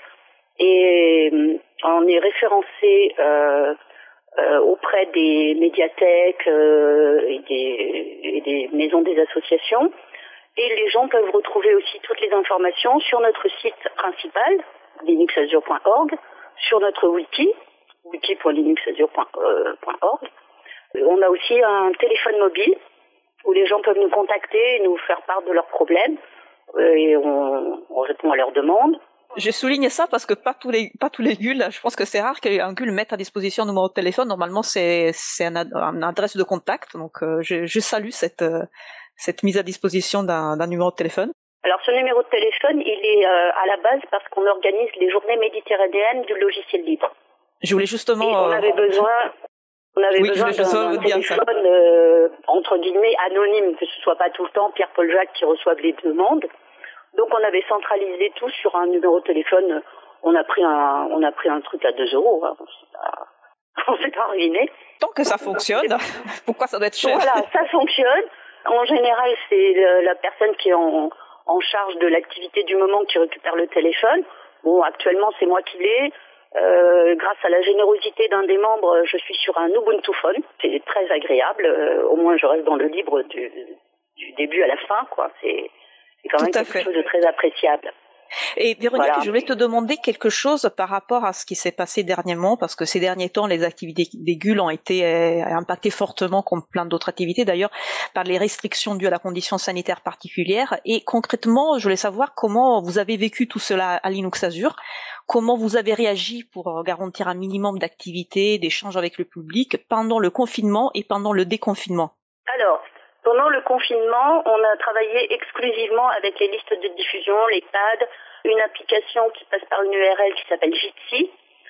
Et euh, on est référencé euh, euh, auprès des médiathèques euh, et, des, et des maisons des associations. Et les gens peuvent retrouver aussi toutes les informations sur notre site principal, linux azure point org, sur notre wiki, wiki point linux azure point org. On a aussi un téléphone mobile où les gens peuvent nous contacter et nous faire part de leurs problèmes et on, on répond à leurs demandes. Je souligne ça parce que pas tous les pas tous les G U L, je pense que c'est rare qu'un G U L mette à disposition un numéro de téléphone. Normalement, c'est c'est un, un adresse de contact. Donc, euh, je, je salue cette euh, cette mise à disposition d'un, d'un numéro de téléphone. Alors, ce numéro de téléphone, il est euh, à la base parce qu'on organise les journées méditerranéennes du logiciel libre. Je voulais justement. Et on avait euh... besoin. On avait oui, besoin d'un, d'un téléphone euh, entre guillemets anonyme, que ce soit pas tout le temps Pierre-Paul Jacques qui reçoive les demandes. Donc on avait centralisé tout sur un numéro de téléphone. On a pris un, on a pris un truc à deux euros. Hein. On s'est pas ruiné. Tant que ça fonctionne, pourquoi ça doit être cher? Voilà, ça fonctionne. En général, c'est la personne qui est en, en charge de l'activité du moment qui récupère le téléphone. Bon, actuellement, c'est moi qui l'ai. Euh, grâce à la générosité d'un des membres, je suis sur un Ubuntu Phone. C'est très agréable. Euh, au moins, je reste dans le libre du, du début à la fin, quoi. C'est, c'est quand même quelque fait. chose de très appréciable. Et Véronique, voilà. Je voulais te demander quelque chose par rapport à ce qui s'est passé dernièrement, parce que ces derniers temps, les activités des G U L ont été euh, impactées fortement, comme plein d'autres activités d'ailleurs, par les restrictions dues à la condition sanitaire particulière. Et concrètement, je voulais savoir comment vous avez vécu tout cela à Linux Azure, comment vous avez réagi pour garantir un minimum d'activité, d'échanges avec le public pendant le confinement et pendant le déconfinement. Alors, pendant le confinement, on a travaillé exclusivement avec les listes de diffusion, les pads, une application qui passe par une U R L qui s'appelle Jitsi.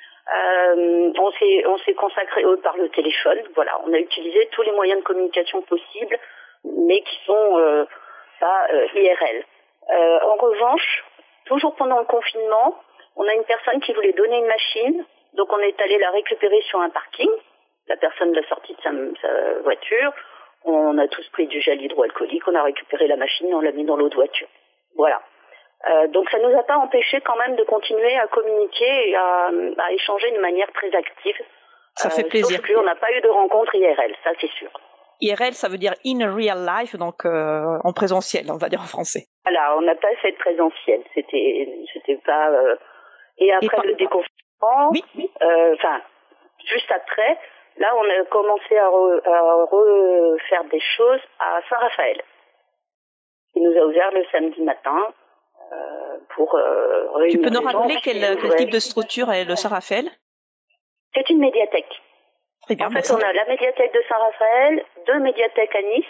Euh, on s'est, on s'est consacré euh, par le téléphone. Voilà, on a utilisé tous les moyens de communication possibles, mais qui sont euh, pas euh, I R L. Euh, en revanche, toujours pendant le confinement, on a une personne qui voulait donner une machine, donc on est allé la récupérer sur un parking. La personne l'a sortie de sa, sa voiture. On a tous pris du gel hydroalcoolique, on a récupéré la machine et on l'a mis dans l'autre voiture. Voilà. Euh, donc ça ne nous a pas empêché quand même de continuer à communiquer et à, à échanger de manière très active. Ça euh, fait plaisir. Sauf qu'on n'a pas eu de rencontre I R L, ça c'est sûr. I R L, ça veut dire in real life, donc euh, en présentiel, on va dire en français. Voilà, on n'a pas fait de présentiel. C'était, c'était pas. Euh... Et après et le déconfinement, oui, oui. Euh, enfin, juste après, là, on a commencé à, re, à refaire des choses à Saint-Raphaël. Il nous a ouvert le samedi matin euh, pour euh, réunir. Tu peux nous les gens, rappeler quel, quel type de structure est le Saint-Raphaël? C'est une médiathèque. Très bien, en fait, merci. on a la médiathèque de Saint-Raphaël, deux médiathèques à Nice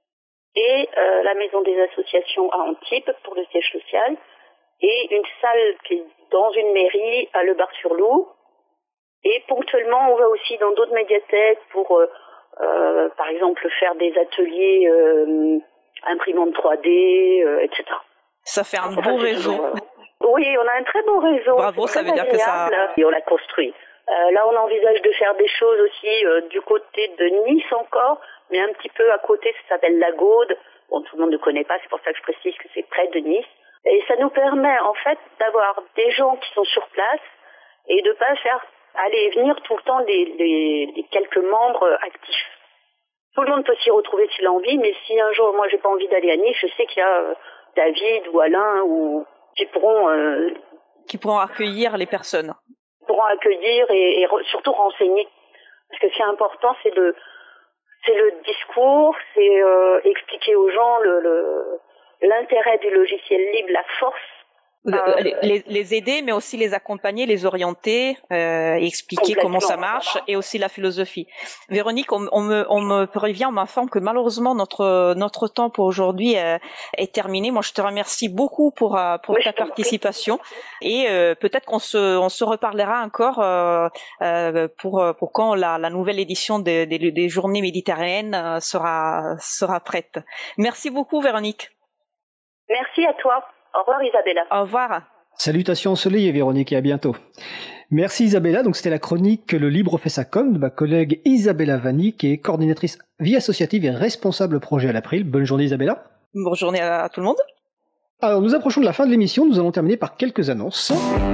et euh, la maison des associations à Antibes pour le siège social et une salle qui est dans une mairie à Le Bar-sur-Loup. Et ponctuellement, on va aussi dans d'autres médiathèques pour, euh, euh, par exemple, faire des ateliers euh, imprimantes trois D, euh, et cetera. Ça fait un Enfin, beau c'est réseau. toujours, euh, Oui, on a un très beau réseau. Bravo, c'est ça très veut dire que ça- agréable, Et on l'a construit. Euh, là, on envisage de faire des choses aussi euh, du côté de Nice encore, mais un petit peu à côté, ça s'appelle la Gaude. Bon, tout le monde ne connaît pas, c'est pour ça que je précise que c'est près de Nice. Et ça nous permet, en fait, d'avoir des gens qui sont sur place et de pas faire aller et venir tout le temps les, les, les quelques membres actifs. Tout le monde peut s'y retrouver s'il a envie, mais si un jour, moi, j'ai pas envie d'aller à Nice, je sais qu'il y a euh, David ou Alain ou qui pourront euh, qui pourront accueillir les personnes. pourront accueillir et, et re- surtout renseigner. Parce que ce qui est important, c'est le c'est le discours, c'est euh, expliquer aux gens le, le l'intérêt du logiciel libre, la force. Le- Euh, les, les- les aider, mais aussi les accompagner, les orienter, euh, et expliquer comment ça marche, et aussi la philosophie. Véronique, on, on me, on me prévient, on m'informe que malheureusement notre notre temps pour aujourd'hui euh, est terminé. Moi, je te remercie beaucoup pour euh, pour Oui, ta je t'en prie. participation, et euh, peut-être qu'on se on se reparlera encore euh, euh, pour pour quand la, la nouvelle édition des, des, des Journées méditerranéennes euh, sera sera prête. Merci beaucoup, Véronique. Merci à toi. Au revoir Isabella. Au revoir. Salutations ensoleillées, Véronique, et à bientôt. Merci Isabella. Donc c'était la chronique Le Libre fait sa com de ma collègue Isabella Vanni, qui est coordinatrice vie associative et responsable projet à l'April. Bonne journée Isabella. Bonne journée à tout le monde. Alors nous approchons de la fin de l'émission, nous allons terminer par quelques annonces.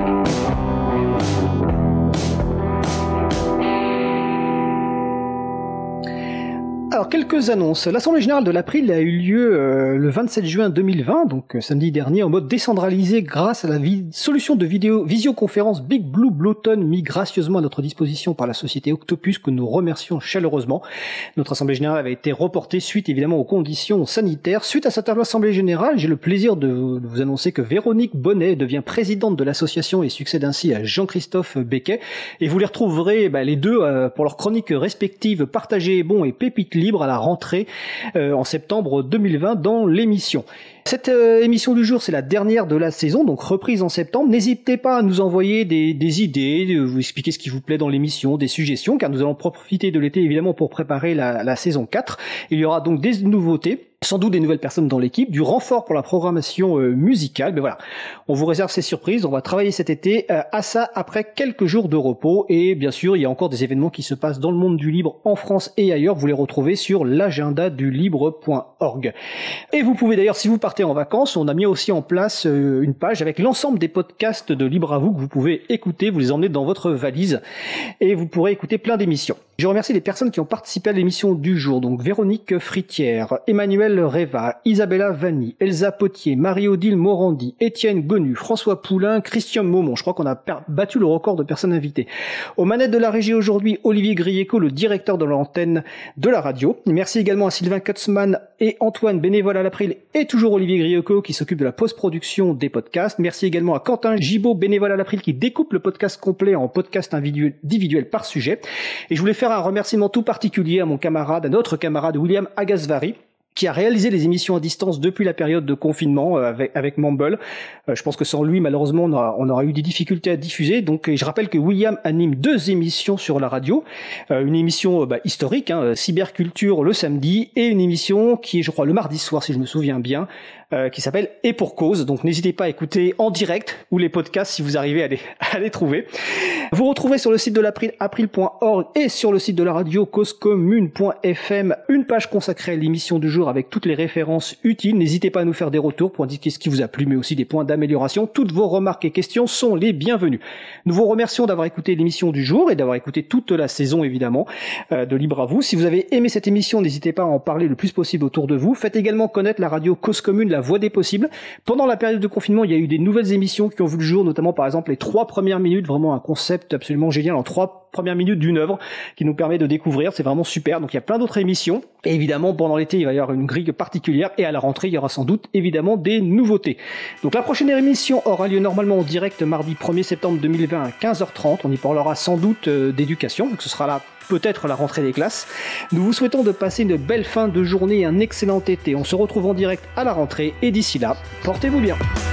Alors, quelques annonces. L'Assemblée Générale de l'April a eu lieu euh, le vingt-sept juin deux mille vingt, donc euh, samedi dernier, en mode décentralisé grâce à la vi- solution de vidéo visioconférence Big Blue Blueton mis gracieusement à notre disposition par la société Octopus, que nous remercions chaleureusement. Notre Assemblée Générale avait été reportée suite évidemment aux conditions sanitaires. Suite à cette Assemblée Générale, j'ai le plaisir de vous de vous annoncer que Véronique Bonnet devient présidente de l'association et succède ainsi à Jean-Christophe Becquet. Et vous les retrouverez bah, les deux euh, pour leurs chroniques respectives Partagez est bon et Pépite libre à la rentrée euh, en septembre deux mille vingt dans l'émission. Cette euh, émission du jour, c'est la dernière de la saison, donc reprise en septembre. N'hésitez pas à nous envoyer des, des idées, de vous expliquer ce qui vous plaît dans l'émission, des suggestions, car nous allons profiter de l'été évidemment pour préparer la, la saison quatre. Il y aura donc des nouveautés, sans doute des nouvelles personnes dans l'équipe, du renfort pour la programmation euh, musicale. Mais voilà, on vous réserve ces surprises. On va travailler cet été euh, à ça après quelques jours de repos. Et bien sûr, il y a encore des événements qui se passent dans le monde du libre en France et ailleurs. Vous les retrouvez sur l'agenda du libre point org. Et vous pouvez d'ailleurs, si vous partez en vacances, on a mis aussi en place euh, une page avec l'ensemble des podcasts de Libre à vous que vous pouvez écouter. Vous les emmenez dans votre valise et vous pourrez écouter plein d'émissions. Je remercie les personnes qui ont participé à l'émission du jour. Donc Véronique Fritière, Emmanuel Reva, Isabella Vanni, Elsa Potier, Marie-Odile Morandi, Étienne Gonu, François Poulain, Christian Maumont. Je crois qu'on a per- battu le record de personnes invitées. Aux manettes de la régie aujourd'hui, Olivier Grieco, le directeur de l'antenne de la radio. Merci également à Sylvain Kutzmann et Antoine, bénévole à l'April, et toujours Olivier Grieco qui s'occupe de la post-production des podcasts. Merci également à Quentin Gibaud, bénévole à l'April, qui découpe le podcast complet en podcast individuel, individuel par sujet. Et je voulais faire un remerciement tout particulier à mon camarade, à notre camarade William Agasvari, qui a réalisé les émissions à distance depuis la période de confinement euh, avec, avec Mumble. Euh, je pense que sans lui, malheureusement, on aura, on aura eu des difficultés à diffuser. Donc, je rappelle que William anime deux émissions sur la radio. Euh, une émission euh, bah, historique, hein, Cyberculture le samedi, et une émission qui est, je crois, le mardi soir, si je me souviens bien, euh, qui s'appelle Et pour cause. Donc, n'hésitez pas à écouter en direct ou les podcasts si vous arrivez à les, à les trouver. Vous retrouvez sur le site de l'April, april point org, et sur le site de la radio, cause commune point f m, une page consacrée à l'émission du jour avec toutes les références utiles. N'hésitez pas à nous faire des retours pour indiquer ce qui vous a plu, mais aussi des points d'amélioration. Toutes vos remarques et questions sont les bienvenues. Nous vous remercions d'avoir écouté l'émission du jour et d'avoir écouté toute la saison, évidemment, euh, de Libre à vous. Si vous avez aimé cette émission, n'hésitez pas à en parler le plus possible autour de vous. Faites également connaître la radio Cause Commune, la voie des possibles. Pendant la période de confinement, il y a eu des nouvelles émissions qui ont vu le jour, notamment par exemple les trois premières minutes, vraiment un concept absolument génial en trois premières minutes d'une œuvre qui nous permet de découvrir, c'est vraiment super. Donc il y a plein d'autres émissions. Et évidemment, pendant l'été, il va y avoir une grille particulière et à la rentrée, il y aura sans doute évidemment des nouveautés. Donc la prochaine émission aura lieu normalement en direct mardi premier septembre deux mille vingt à quinze heures trente. On y parlera sans doute euh, d'éducation, donc ce sera là peut-être la rentrée des classes. Nous vous souhaitons de passer une belle fin de journée et un excellent été. On se retrouve en direct à la rentrée et d'ici là, portez-vous bien.